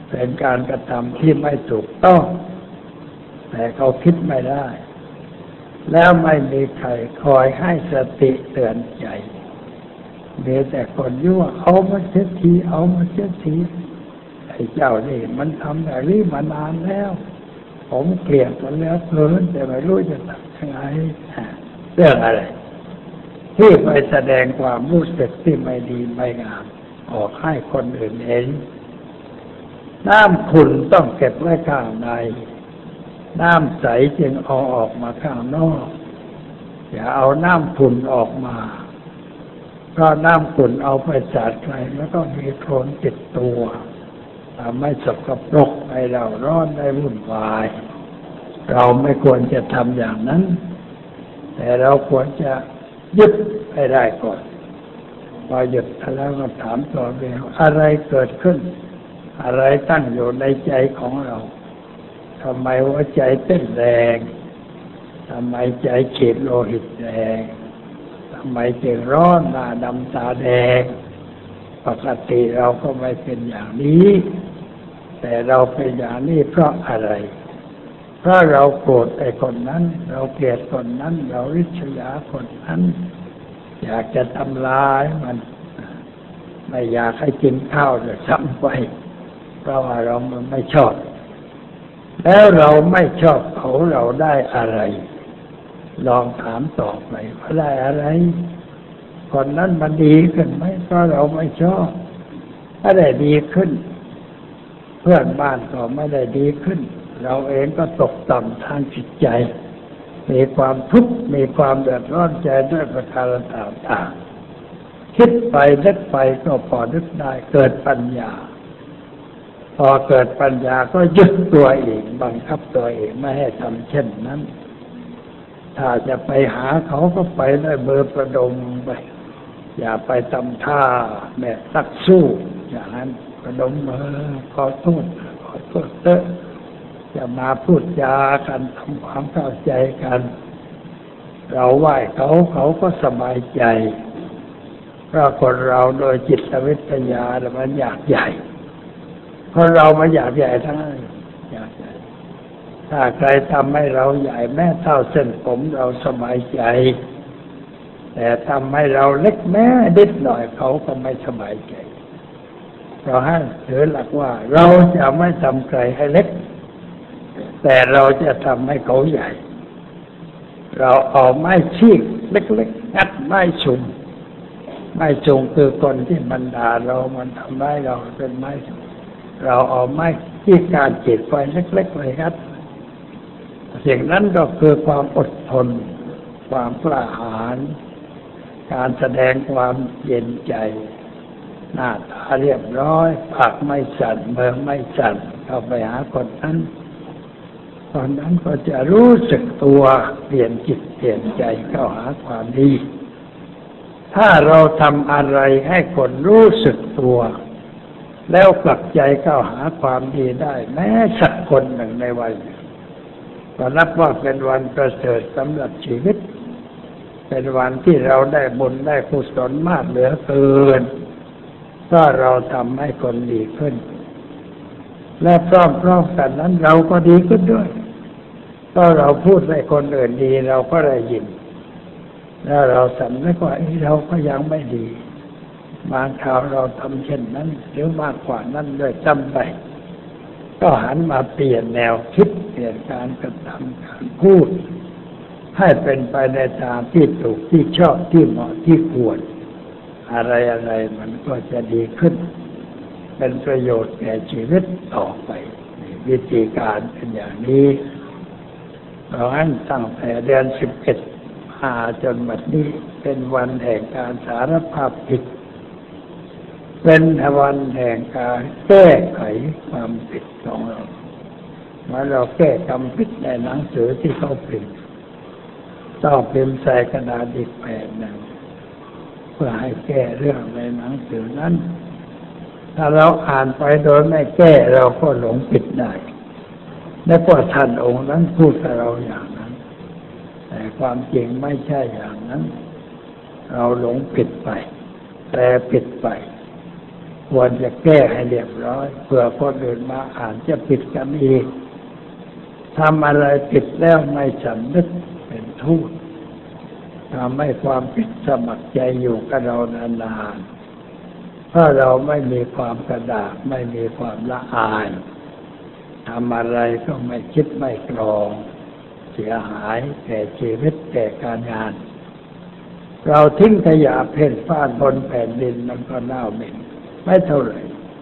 เป็นการกระทำที่ไม่ถูกต้องแต่เขาคิดไม่ได้แล้วไม่มีใครคอยให้สติเตือนใจมีแต่คนยั่วเอามาเสียทีเอามาเสียทีไอ้เจ้านี่มันทำแบบนี้มานานแล้วผมเกลียดมันแล้วเกินแต่ไม่รู้จะทำยังไงเรื่องอะไรที่ไปแสดงความรู้สึกที่ไม่ดีไม่งามออกให้คนอื่นเห็นน้ำขุ่นต้องเก็บไว้ข้างในน้ำใสจึงเอาออกมาข้างนอกอย่าเอาน้ำขุ่นออกมาเพราะน้ำขุ่นเอาไปสาดใครแล้วก็มีโคลนติดตัวทำให้สกปรกให้เราร้อนได้วุ่นวายเราไม่ควรจะทำอย่างนั้นแต่เราควรจะยึดให้ได้ก่อนพอหยุดแล้วก็ถามตัวเองอะไรเกิดขึ้นอะไรตั้งอยู่ในใจของเราทำไมหัวใจเต้นแรงทำไมใจฉีดโลหิตแรงทำไมจึงร้อนหน้าดำตาแดงปกติเราก็ไม่เป็นอย่างนี้แต่เราเป็นอย่างนี้เพราะอะไรเพราะเราโกรธไอ้คนนั้นเราเกลียดคนนั้นเราริษยาคนนั้นอยากจะทำลายมันไม่อยากให้กินข้าวเลยซ้ำไปเพราะว่าเรามันไม่ชอบแล้วเราไม่ชอบเขาเราได้อะไรลองถามต่อไปว่าได้อะไรคนนั้นมันดีขึ้นไหมเพราะเราไม่ชอบถ้าได้ดีขึ้นเพื่อนบ้านก็ไม่ได้ดีขึ้นเราเองก็ตกต่ำทางจิตใจมีความทุกข์มีความเดือดร้อนใจด้วยประการต่างๆคิดไปนึกไปก็พอนึกได้เกิดปัญญาพอเกิดปัญญาก็ยึดตัวเองบังคับตัวเองไม่ให้ทำเช่นนั้นถ้าจะไปหาเขาก็ไปด้วยเบอร์ประดมไปอย่าไปทำท่าแบบนักสู้อย่างนั้นประดมมือขอโทษเถอะจะมาพูดจากันทำความเข้าใจกันเราไหว้เขาเขาก็สบายใจเพราะคนเราโดยจิตวิทยามันอยากใหญ่เพราะเรามันอยากใหญ่ทั้งนั้นอยากใหญ่ถ้าใครทำให้เราใหญ่แม้เท่าเส้นผมเราสบายใจแต่ทำให้เราเล็กแม้นิดหน่อยเขาก็ไม่สบายใจเพราะให้ถือหลักว่าเราจะไม่ทำใครให้เล็กแต่เราจะทำให้เขาใหญ่เราเอาไม้ชีกเล็กๆงัดไม้ชุมคือคนที่บรรดาเรามันทำได้เราเป็นไม้เราเอาไม้ที่การจิตไฟเล็กๆเลยครับสิ่งนั้นก็คือความอดทนความกล้าหาญการแสดงความเย็นใจหน้าตาเรียบร้อยปากไม่สั่นมือไม่สั่นเข้าไปหาคนนั้นตอนนั้นก็จะรู้สึกตัวเปลี่ยนจิตเปลี่ยนใจเข้าหาความดีถ้าเราทำอะไรให้คนรู้สึกตัวแล้วกลับใจเข้าหาความดีได้แม้สักคนหนึ่งในวันก็นับว่าเป็นวันประเสริฐสำหรับชีวิตเป็นวันที่เราได้บุญได้กุศลมากเหลือเกินก็เราทำให้คนดีขึ้นและพร้อมๆกันนั้นเราก็ดีขึ้นด้วยก็เราพูดให้คนอื่นดีเราก็ได้ยินแล้วเราสำนึกว่าเราก็ยังไม่ดีบางคราวเราทำเช่นนั้นหรือมากกว่านั้นด้วยจำไปก็หันมาเปลี่ยนแนวคิดเปลี่ยนการกระทำการพูดให้เป็นไปในทางที่ถูกที่ชอบที่เหมาะที่ควรอะไรมันก็จะดีขึ้นเป็นประโยชน์แก่ชีวิตต่อไปวิธีการเป็นอย่างนี้เพราะฉะนั้นตั้งแต่เดือน11มาจนบัดนี้เป็นวันแห่งการสารภาพผิดเป็นวันแห่งการแก้ไขความผิดของเราเมื่อเราแก้คำผิดในหนังสือที่เขาพิมพ์ต้องพิมพ์ใส่กระดาษอีกแผ่นหนึ่งเพื่อให้แก้เรื่องในหนังสือนั้นถ้าเราอ่านไปโดยไม่แก้เราก็หลงผิดได้และก็ท่านองค์นั้นพูดกับเราอย่างนั้นแต่ความจริงไม่ใช่อย่างนั้นเราหลงผิดไปแปลผิดไปควรจะแก้ให้เรียบร้อยเผื่อคนอื่นมาอ่านจะผิดกันอีกทำอะไรผิดแล้วไม่สำนึกเป็นทูตทำให้ความผิดสมัครใจอยู่กับเรานานๆถ้าเราไม่มีความกระดากไม่มีความละอายทำอะไรก็ไม่คิดไม่กรองเสียหายแก่ชีวิตแก่การงานเราทิ้งขยะเพ่นพ่านบนแผ่นดินมันก็เน่าเหม็นไม่เท่าไหร่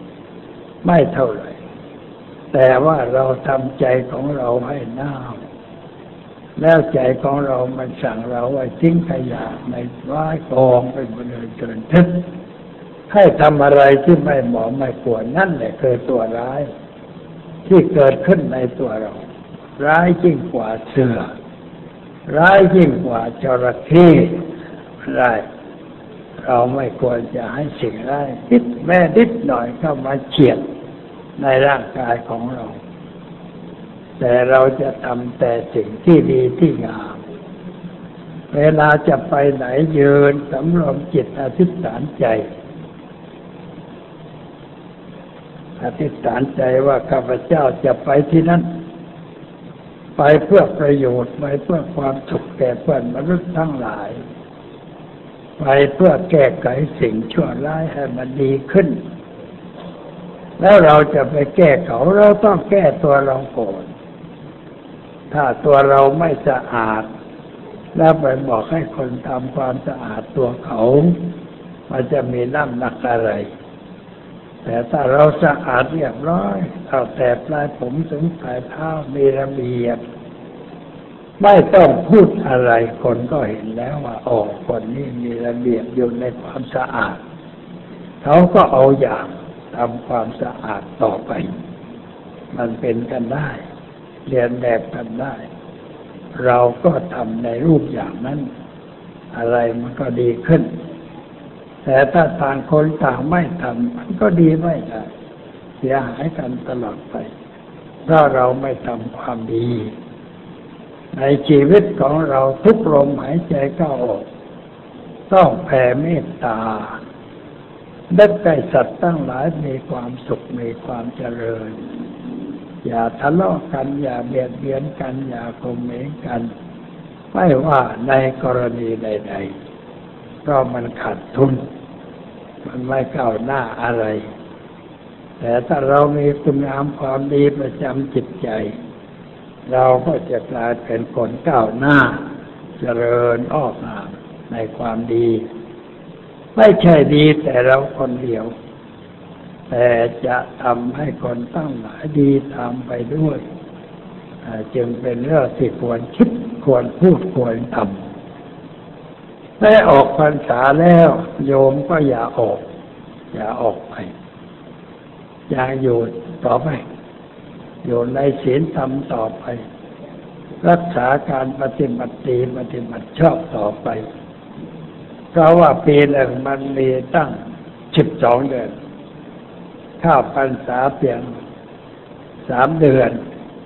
แต่ว่าเราทำใจของเราให้เน่าแล้วใจของเรามันสั่งเราว่าทิ้งขยะในร้ายกองไปบนเดินทึบให้ทำอะไรที่ไม่เหมาะไม่ควรนั่นแหละคือตัวร้ายที่เกิดขึ้นในตัวเราร้ายยิ่งกว่าเสือร้ายยิ่งกว่าจระเข้ร้ายเราไม่ควรจะให้สิ่งร้ายนิดหน่อยเข้ามาเฉียดในร่างกายของเราแต่เราจะทำแต่สิ่งที่ดีที่งามเวลาจะไปไหนยืนสำรวมจิตอธิษฐานใจอธิษฐานใจว่าข้าพเจ้าจะไปที่นั่นไปเพื่อประโยชน์ไปเพื่อความสุขแก่เพื่อนมนุษย์ทั้งหลายไปเพื่อแก้ไขสิ่งชั่วร้ายให้มันดีขึ้นแล้วเราจะไปแก้เขาเราต้องแก้ตัวเราก่อนถ้าตัวเราไม่สะอาดแล้วไปบอกให้คนทำความสะอาดตัวเขามันจะมีน้ำหนักอะไรแต่ถ้าเราสะอาดเรียบร้อยตั้งแต่ปลายผมถึงปลายเท้ามีระเบียบไม่ต้องพูดอะไรคนก็เห็นแล้วว่าอ๋อคนนี้มีระเบียบอยู่ในความสะอาดเขาก็เอาอย่างทำความสะอาดต่อไปมันเป็นกันได้เรียนแบบกันได้เราก็ทำในรูปอย่างนั้นอะไรมันก็ดีขึ้นแต่ถ้าต่างคนต่างไม่ทำมันก็ดีไม่ได้เสียหายกันตลอดไปเพราะเราไม่ทำความดีในชีวิตของเราทุกลมหายใจเข้าออกต้องแผ่เมตตาได้ใกล้สัตว์ทั้งหลายมีความสุขมีความเจริญอย่าทะเลาะกันอย่าเบียดเบียนกันอย่าข่มเหงกันไม่ว่าในกรณีใดๆเพราะมันขาดทุนมันไม่ก้าวหน้าอะไรแต่ถ้าเรามีคุณงามความดีประจำจิตใจเราก็จะกลายเป็นคนก้าวหน้าเจริญออกงามในความดีไม่ใช่ดีแต่เราคนเดียวแต่จะทำให้คนตั้งหลายดีตามไปด้วยจึงเป็นเรื่องที่ควรคิดควรพูดควรทำได้ออกพรรษาแล้วโยมก็อย่าออกไปอย่าอยู่ต่อไปอยู่ในศีลธรรมต่อไปรักษาการปฏิบัติดีปฏิบัติชอบต่อไปเพราะว่าปีหนึ่งมันมีตั้ง12 เดือนเข้าพรรษาเพียง3 เดือน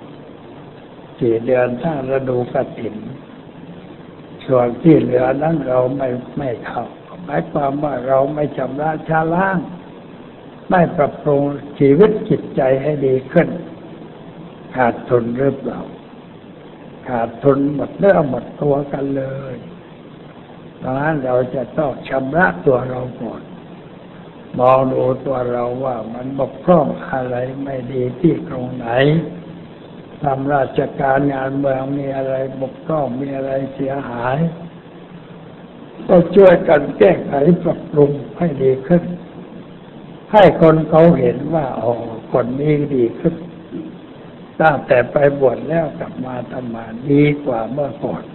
4 เดือนถ้าฤดูกฐินส่วนที่เหลือนั้นเราไม่เข้าหมายความว่าเราไม่ชำระชะล้างไม่ปรับปรุงชีวิตจิตใจให้ดีขึ้นขาดทุนหรือเปล่าขาดทุนหมดเนื้อหมดตัวกันเลยดังนั้นเราจะต้องชำระตัวเราก่อนมองดูตัวเราว่ามันบกพร่องอะไรไม่ดีที่ตรงไหนทำราชการงานเมืองมีอะไรบกพร่องมีอะไรเสียหายก็ช่วยกันแก้ไขปรับปรุงให้ดีขึ้นให้คนเขาเห็นว่าอ๋อคนนี้ดีขึ้นตั้งแต่ไปบวชแล้วกลับมาทำงานดีกว่าเมื่อก่อน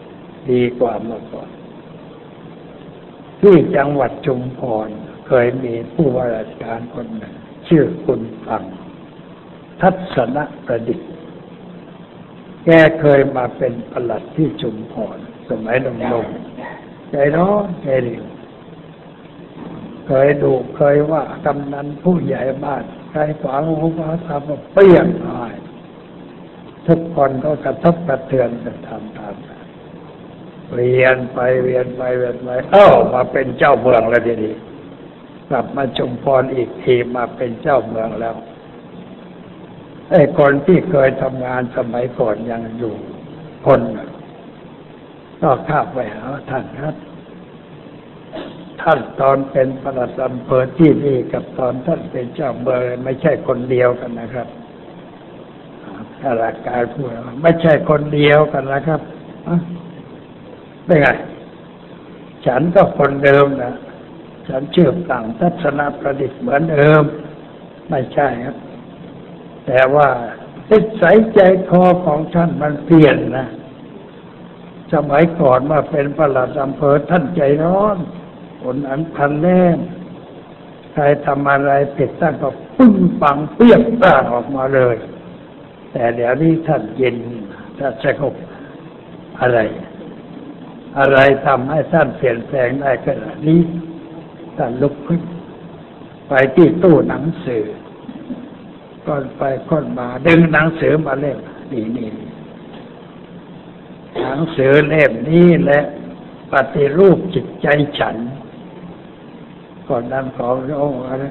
ที่จังหวัดชุมพรเคยมีผู้ว่าราชการคนหนึ่งชื่อคุณฟังทัศนประดิษฐ์แกเคยมาเป็นปลัดที่ชุมพรสมัยหนุ่มๆใจร้อนใจเร็วเคยว่ากำนันผู้ใหญ่บ้านใครขวางหูขวางตาเปรี้ยงตายทุกคนก็กระทบกระเทือนกันตามเวียนไปมาเป็นเจ้าเมืองแล้วทีนี้ไปลับมาชุมพรอีกทีมาเป็นเจ้าเมืองแล้วไอ้คนที่เคยทำงานสมัยก่อนยังอยู่คนก็เข้าไปหาท่านครับท่านตอนเป็นปลัดอำเภอที่นี่กับตอนท่านเป็นเจ้าเมืองไม่ใช่คนเดียวกันนะครับข้าราชการพูดไม่ใช่คนเดียวกันนะครับเป็นไงฉันก็คนเดิมนะฉันชื่อต่างทัศนประดิษฐ์เหมือนเดิมไม่ใช่ครับแต่ว่านิสัยใจคอของท่านมันเปลี่ยนนะสมัยก่อนมาเป็นปลัดอำเภอท่านใจร้อนคนอันพันแน่ใครทำอะไรผิดท่านก็ปึ้งปังเปี้ยงป้าออกมาเลยแต่เดี๋ยวนี้ท่านเย็นท่านสงบอะไรทำให้ท่านเปลี่ยนแปลงได้ขนาดนี้ท่านลุกขึ้นไปที่ตู้หนังสือก่อนไปก่อนมาดึงหนังสือมาเล่มนี่หนังสือเล่มนี้แหละปฏิรูปจิตใจฉันก่อนนั้นของอะไร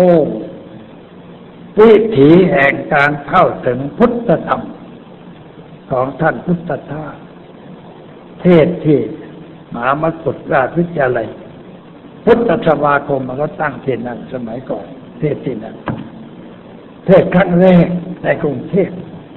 วิถีแห่งการเข้าถึงพุทธธรรมของท่านพุทธทาสเทศที่มหามกุฏราชวิทยาลัยพุทธสมาคมมันก็ตั้งที่นั่นสมัยก่อนเทศที่นั่นเทศครั้งแรกในกรุงเทพ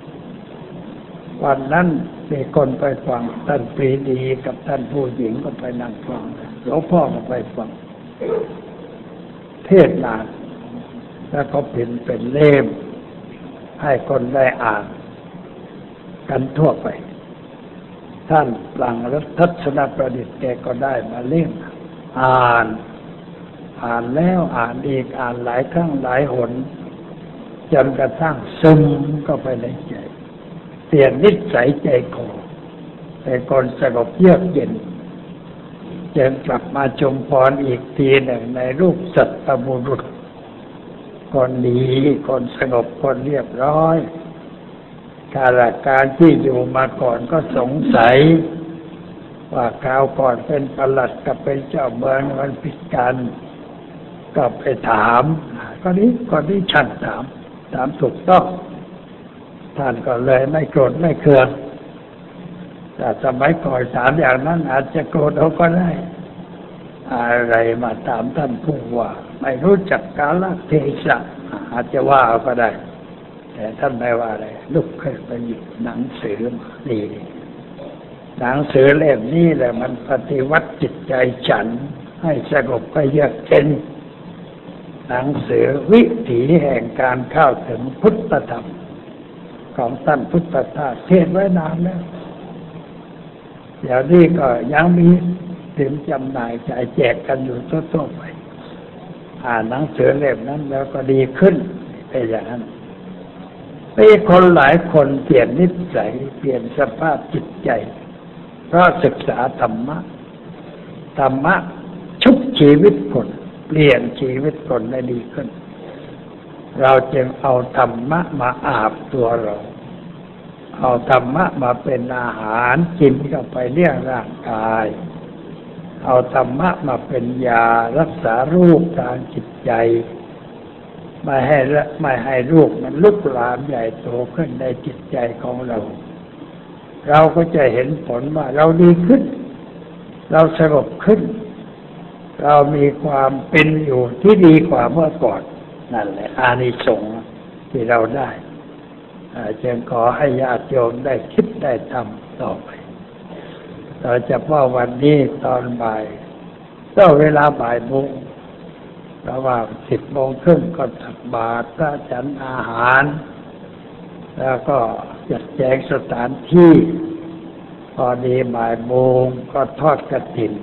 วันนั้นมีคนไปฟังท่านปรีดีกับท่านผู้หญิงก็ไปนั่งฟังหลวงพ่อก็ไปฟังเทศนานแล้วก็เป็นเล่มให้คนได้อ่านกันทั่วไปท่านปลังรัทัศนประดิษฐ์แกก็ได้มาเล่มอ่านแล้วอ่านอีกอ่านหลายครั้งหลายหนจนกระทั่งซึมก็ไปในใจเปลี่ยนนิสัยใจคอเป็นคนสงบเยือกเย็นจึงกลับมาชุมพรอีกทีหนึ่งในรูปสัตบุรุษคนดีคนสงบคนเรียบร้อยข้าราชการที่อยู่มาก่อนก็สงสัยว่าคราวก่อนเป็นปลัดกับเป็นเจ้าเมืองมันผิดกันก็ไปถามคนนี้ฉันถามถูกต้องท่านก็เลยไม่โกรธไม่เคืองแต่สมัยก่อนถามอย่างนั้นอาจจะโกรธเขาก็ได้อะไรมาถามท่านผู้ว่าไม่รู้จักกาลเทศะอาจจะว่าก็ได้แต่ท่านไม่ว่าอะไรลุกขึ้นไปหยิบหนังสือมาดีหนังสือเล่มนี้แหละมันปฏิวัติจิตใจฉันให้สงบก็เยือกเย็นหนังสือวิถีแห่งการเข้าถึงพุทธธรรมของท่านพุทธทาสเทศไว้นานแล้วเดี๋ยวนี้ก็ยังมีถึงจำหน่ายจ่ายแจกกันอยู่ทั่วๆไปอ่านหนังสือเล่มนั้นแล้วก็ดีขึ้นเป็นอย่างนั้นมีคนหลายคนเปลี่ยนนิสัยเปลี่ยนสภาพจิตใจเพราะศึกษาธรรมะชุบชีวิตคนเปลี่ยนชีวิตคนได้ดีขึ้นเราจึงเอาธรรมะมาอาบตัวเราเอาธรรมะมาเป็นอาหารกินเข้าไปเลี้ยงร่างกายเอาธรรมะมาเป็นยารักษารูปทางจิตใจไม่ให้รูปมันลุกลามใหญ่โตขึ้นในจิตใจของเราก็จะเห็นผลว่าเราดีขึ้นเราสงบขึ้นเรามีความเป็นอยู่ที่ดีกว่าเมื่อก่อนนั่นแหละอานิสงส์ที่เราได้จึงขอให้ญาติโยมได้คิดได้ทำต่อไปโดยเฉพาะวันนี้ตอนบ่ายต้องเวลาบ่ายโมงระหว่าง10:30ก็ตักบาตรพระฉันอาหารแล้วก็จัดแจงสถานที่พอดีบ่ายโมงก็ทอดกฐิน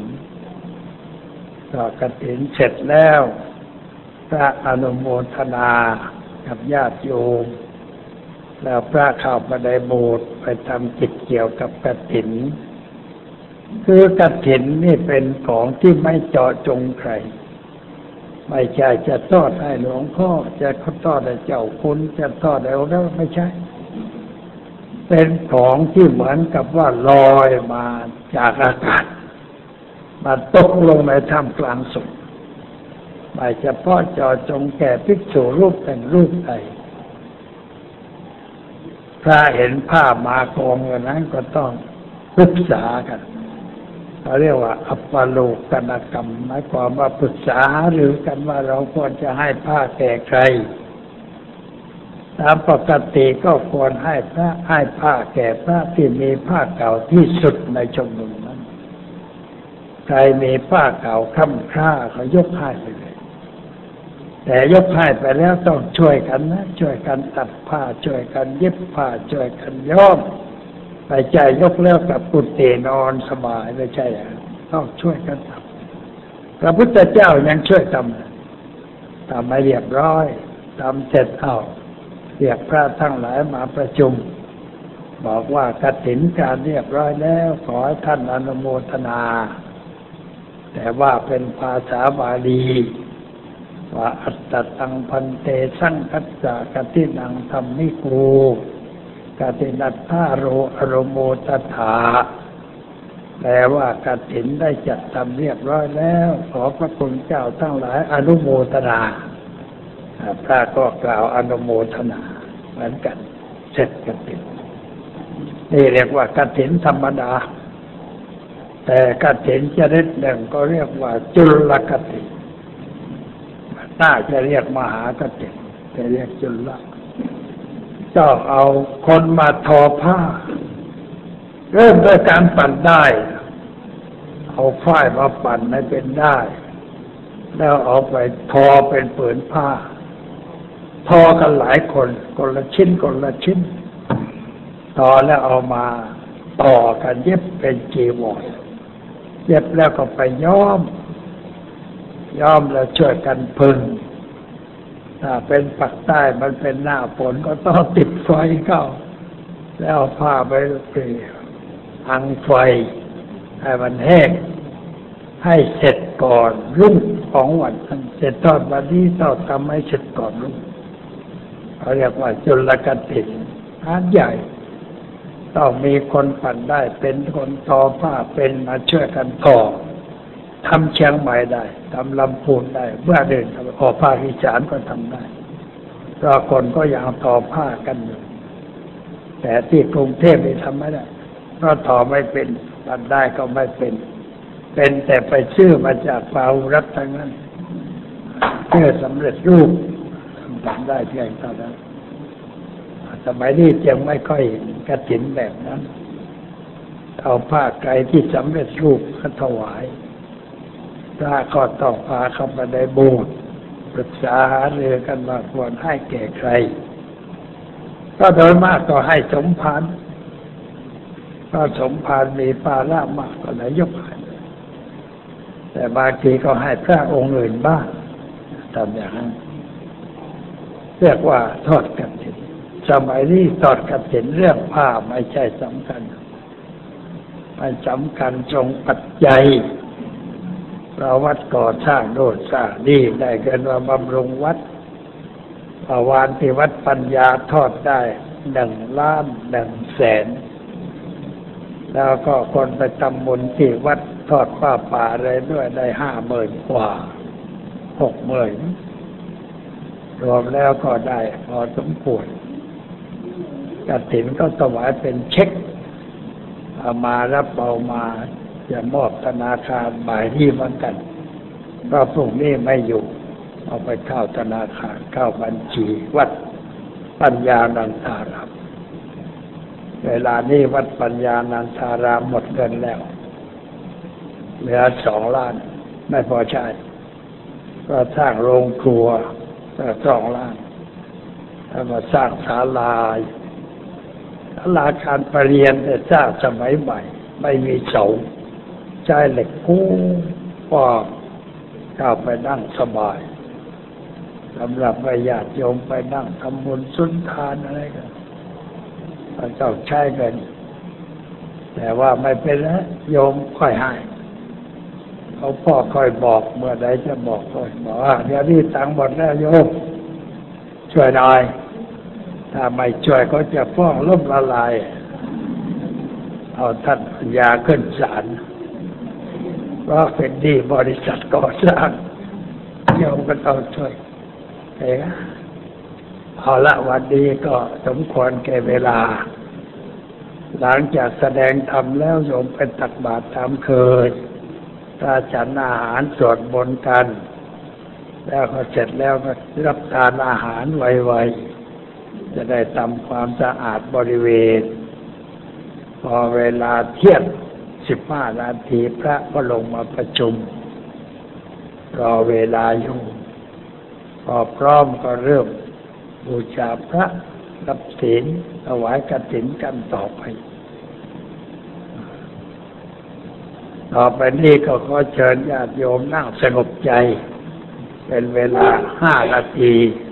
เสร็จแล้วพระอนุโมทนากับญาติโยมแล้วพระเข้ามาในโบสถ์ไปทำกิจเกี่ยวกับกฐินคือกฐินนี่เป็นของที่ไม่เจาะจงใครไม่ใช่จะทอดให้หลวงพ่อจะทอดให้เจ้าคุณจะทอดให้เราไม่ใช่เป็นของที่เหมือนกับว่าลอยมาจากอากาศมาตกลงในท่ามกลางสงฆ์ไม่เฉพาะเจาะจงแก่ภิกษุรูปเป็นรูปใดพระเห็นผ้ามากองอย่างนั้นก็ต้องปรึกษากันเขาเรียกว่าอัปปโลกนกรรมหมายความว่าปรึกษาหรือกันว่าเราควรจะให้ผ้าแก่ใครตามปกติก็ควรให้ผ้าแก่พระที่มีผ้าเก่าที่สุดในชมรมนั้นใครมีผ้าเก่าค่ำคร่าก็ยกให้ไปเลยแต่ยกให้ไปแล้วต้องช่วยกันนะช่วยกันตัดผ้าช่วยกันเย็บผ้าช่วยกันย้อมไปใจยกแล้วกับกุฏินอนสบายไม่ใช่ต้องช่วยกันทำพระพุทธเจ้ายังช่วยทำไม่เรียบร้อยทำเสร็จเรียกพระทั้งหลายมาประชุมบอกว่ากฐินการเรียบร้อยแล้วขอให้ท่านอนุโมทนาแต่ว่าเป็นภาษาบาลีว่าอัตตังพันเตสังคัสสะกฐินังธัมมิโกกฐินัตถาโรอโรโมตถาแปลว่ากฐินได้จัดทำเรียบร้อยแล้วขอพระคุณเจ้าทั้งหลายอนุโมทนาพระก็กล่าวอนุโมทนาเหมือนกันเสร็จกฐินนี่เรียกว่ากฐินธรรมดาแต่กฐินชนิดหนึ่งก็เรียกว่าจุลกฐินน่าจะเรียกมหากฐินแต่เรียกจุลต้องเอาคนมาทอผ้าเริ่มด้วยการปั่นได้เอาฝ้ายมาปั่นให้เป็นได้แล้วเอาไปทอเป็นผืนผ้าทอกันหลายคนคนละชิ้นคนละชิ้นทอแล้วเอามาต่อกันเย็บเป็นจีวรเย็บแล้วก็ไปย้อมแล้วช่วยกันพึงถ้าเป็นปักใต้มันเป็นหน้าฝนก็ต้องติดไฟเข้าแล้วเอาผ้าไปอังไฟให้มันแห้งให้เสร็จก่อนรุ่งของวันนั้นเสร็จทอดวันนี้ต้องทำให้เสร็จก่อนรุ่งเขาเรียกว่าจุลกฐินงานใหญ่ต้องมีคนปั่นได้เป็นคนทอผ้าเป็นมาช่วยกันทอทำเชียงใหม่ได้ทำลำพูนได้เมื่อเดินออกภาคอีสานก็ทำได้เพราะคนก็ยังทอผ้ากันอยู่แต่ที่กรุงเทพนี่ทำไม่ได้เพราะทอไม่เป็นปั่นได้ก็ไม่เป็นแต่ไปซื้อมาจากปารัฐทั้งนั้นเพื่อสำเร็จรูปทำได้เพียงเท่านั้นสมัยนี้ยังไม่ค่อยกฐินแบบนั้นเอาผ้าไกรที่สำเร็จรูปก็ถวายพระก็ต้องพาเข้ามาในโบสถ์ปรึกษาหารือกันว่าควรให้แก่ใครก็โดยมากก็ให้สมภารก็สมภารมีภาระมากก็เลยยกให้แต่บางทีก็ให้พระองค์อื่นบ้างทำอย่างนั้นเรียกว่าทอดกฐินสมัยนี้ทอดกฐินเรื่องผ้าไม่ใช่สำคัญมันสำคัญตรงปัจจัยเราวัดก่อสร้างโน่นสร้างนี่ได้เกินว่าบำรุงวัดประวานที่วัดปัญญาทอดได้1,100,000แล้วก็คนไปทำบุญที่วัดทอดผ้าป่าอะไรด้วยได้50,000 กว่า60,000รวมแล้วก็ได้พอสมควรกฐินก็ถวายเป็นเช็คเอามารับเอามาจะมอบธนาคารบ่ายนี้เหมือนกันเพราะพรุ่งนี้ไม่อยู่เอาไปเข้าธนาคารเข้าบัญชีวัดปัญญานันทารามเวลานี้วัดปัญญานันทารามหมดเงินแล้วเหลือ2 ล้านไม่พอใช้ก็สร้างโรงครัว2 ล้านแล้วก็สร้างศาลาการประเรียนแต่สร้างสมัยใหม่ไม่มีเสาใช้เหล็กกู้ก็เข้าไปนั่งสบายสำหรับญาติโยมไปนั่งทำบุญสุนทานอะไรกันพระเจ้าใช้เงินแต่ว่าไม่เป็นแล้วโยมค่อยให้เขาพ่อค่อยบอกเมื่อใดจะบอกค่อยบอกว่าเดี๋ยวนี้ตังค์หมดแล้วโยมช่วยหน่อยถ้าไม่ช่วยก็จะฟ้องล้มละลายเอาท่านปัญญาขึ้นศาลเพราะเป็นหนี้บริษัทก่อสร้างโยมก็ต้องช่วยเองเอาละวันนี้ก็สมควรแก่เวลาหลังจากแสดงธรรมแล้วโยมไปตักบาตรตามเคยถ้าฉันอาหารสวดมนต์กันแล้วพอเสร็จแล้วก็รับทานอาหารไวๆจะได้ทำความสะอาดบริเวณพอเวลาเที่ยง15 นาทีพระก็ลงมาประชุมรอเวลาอยู่พอพร้อมก็เริ่มบูชาพระรับศีลถวายกฐินกันต่อไปนี้ก็ขอเชิญญาติโยมนั่งสงบใจเป็นเวลา5 นาที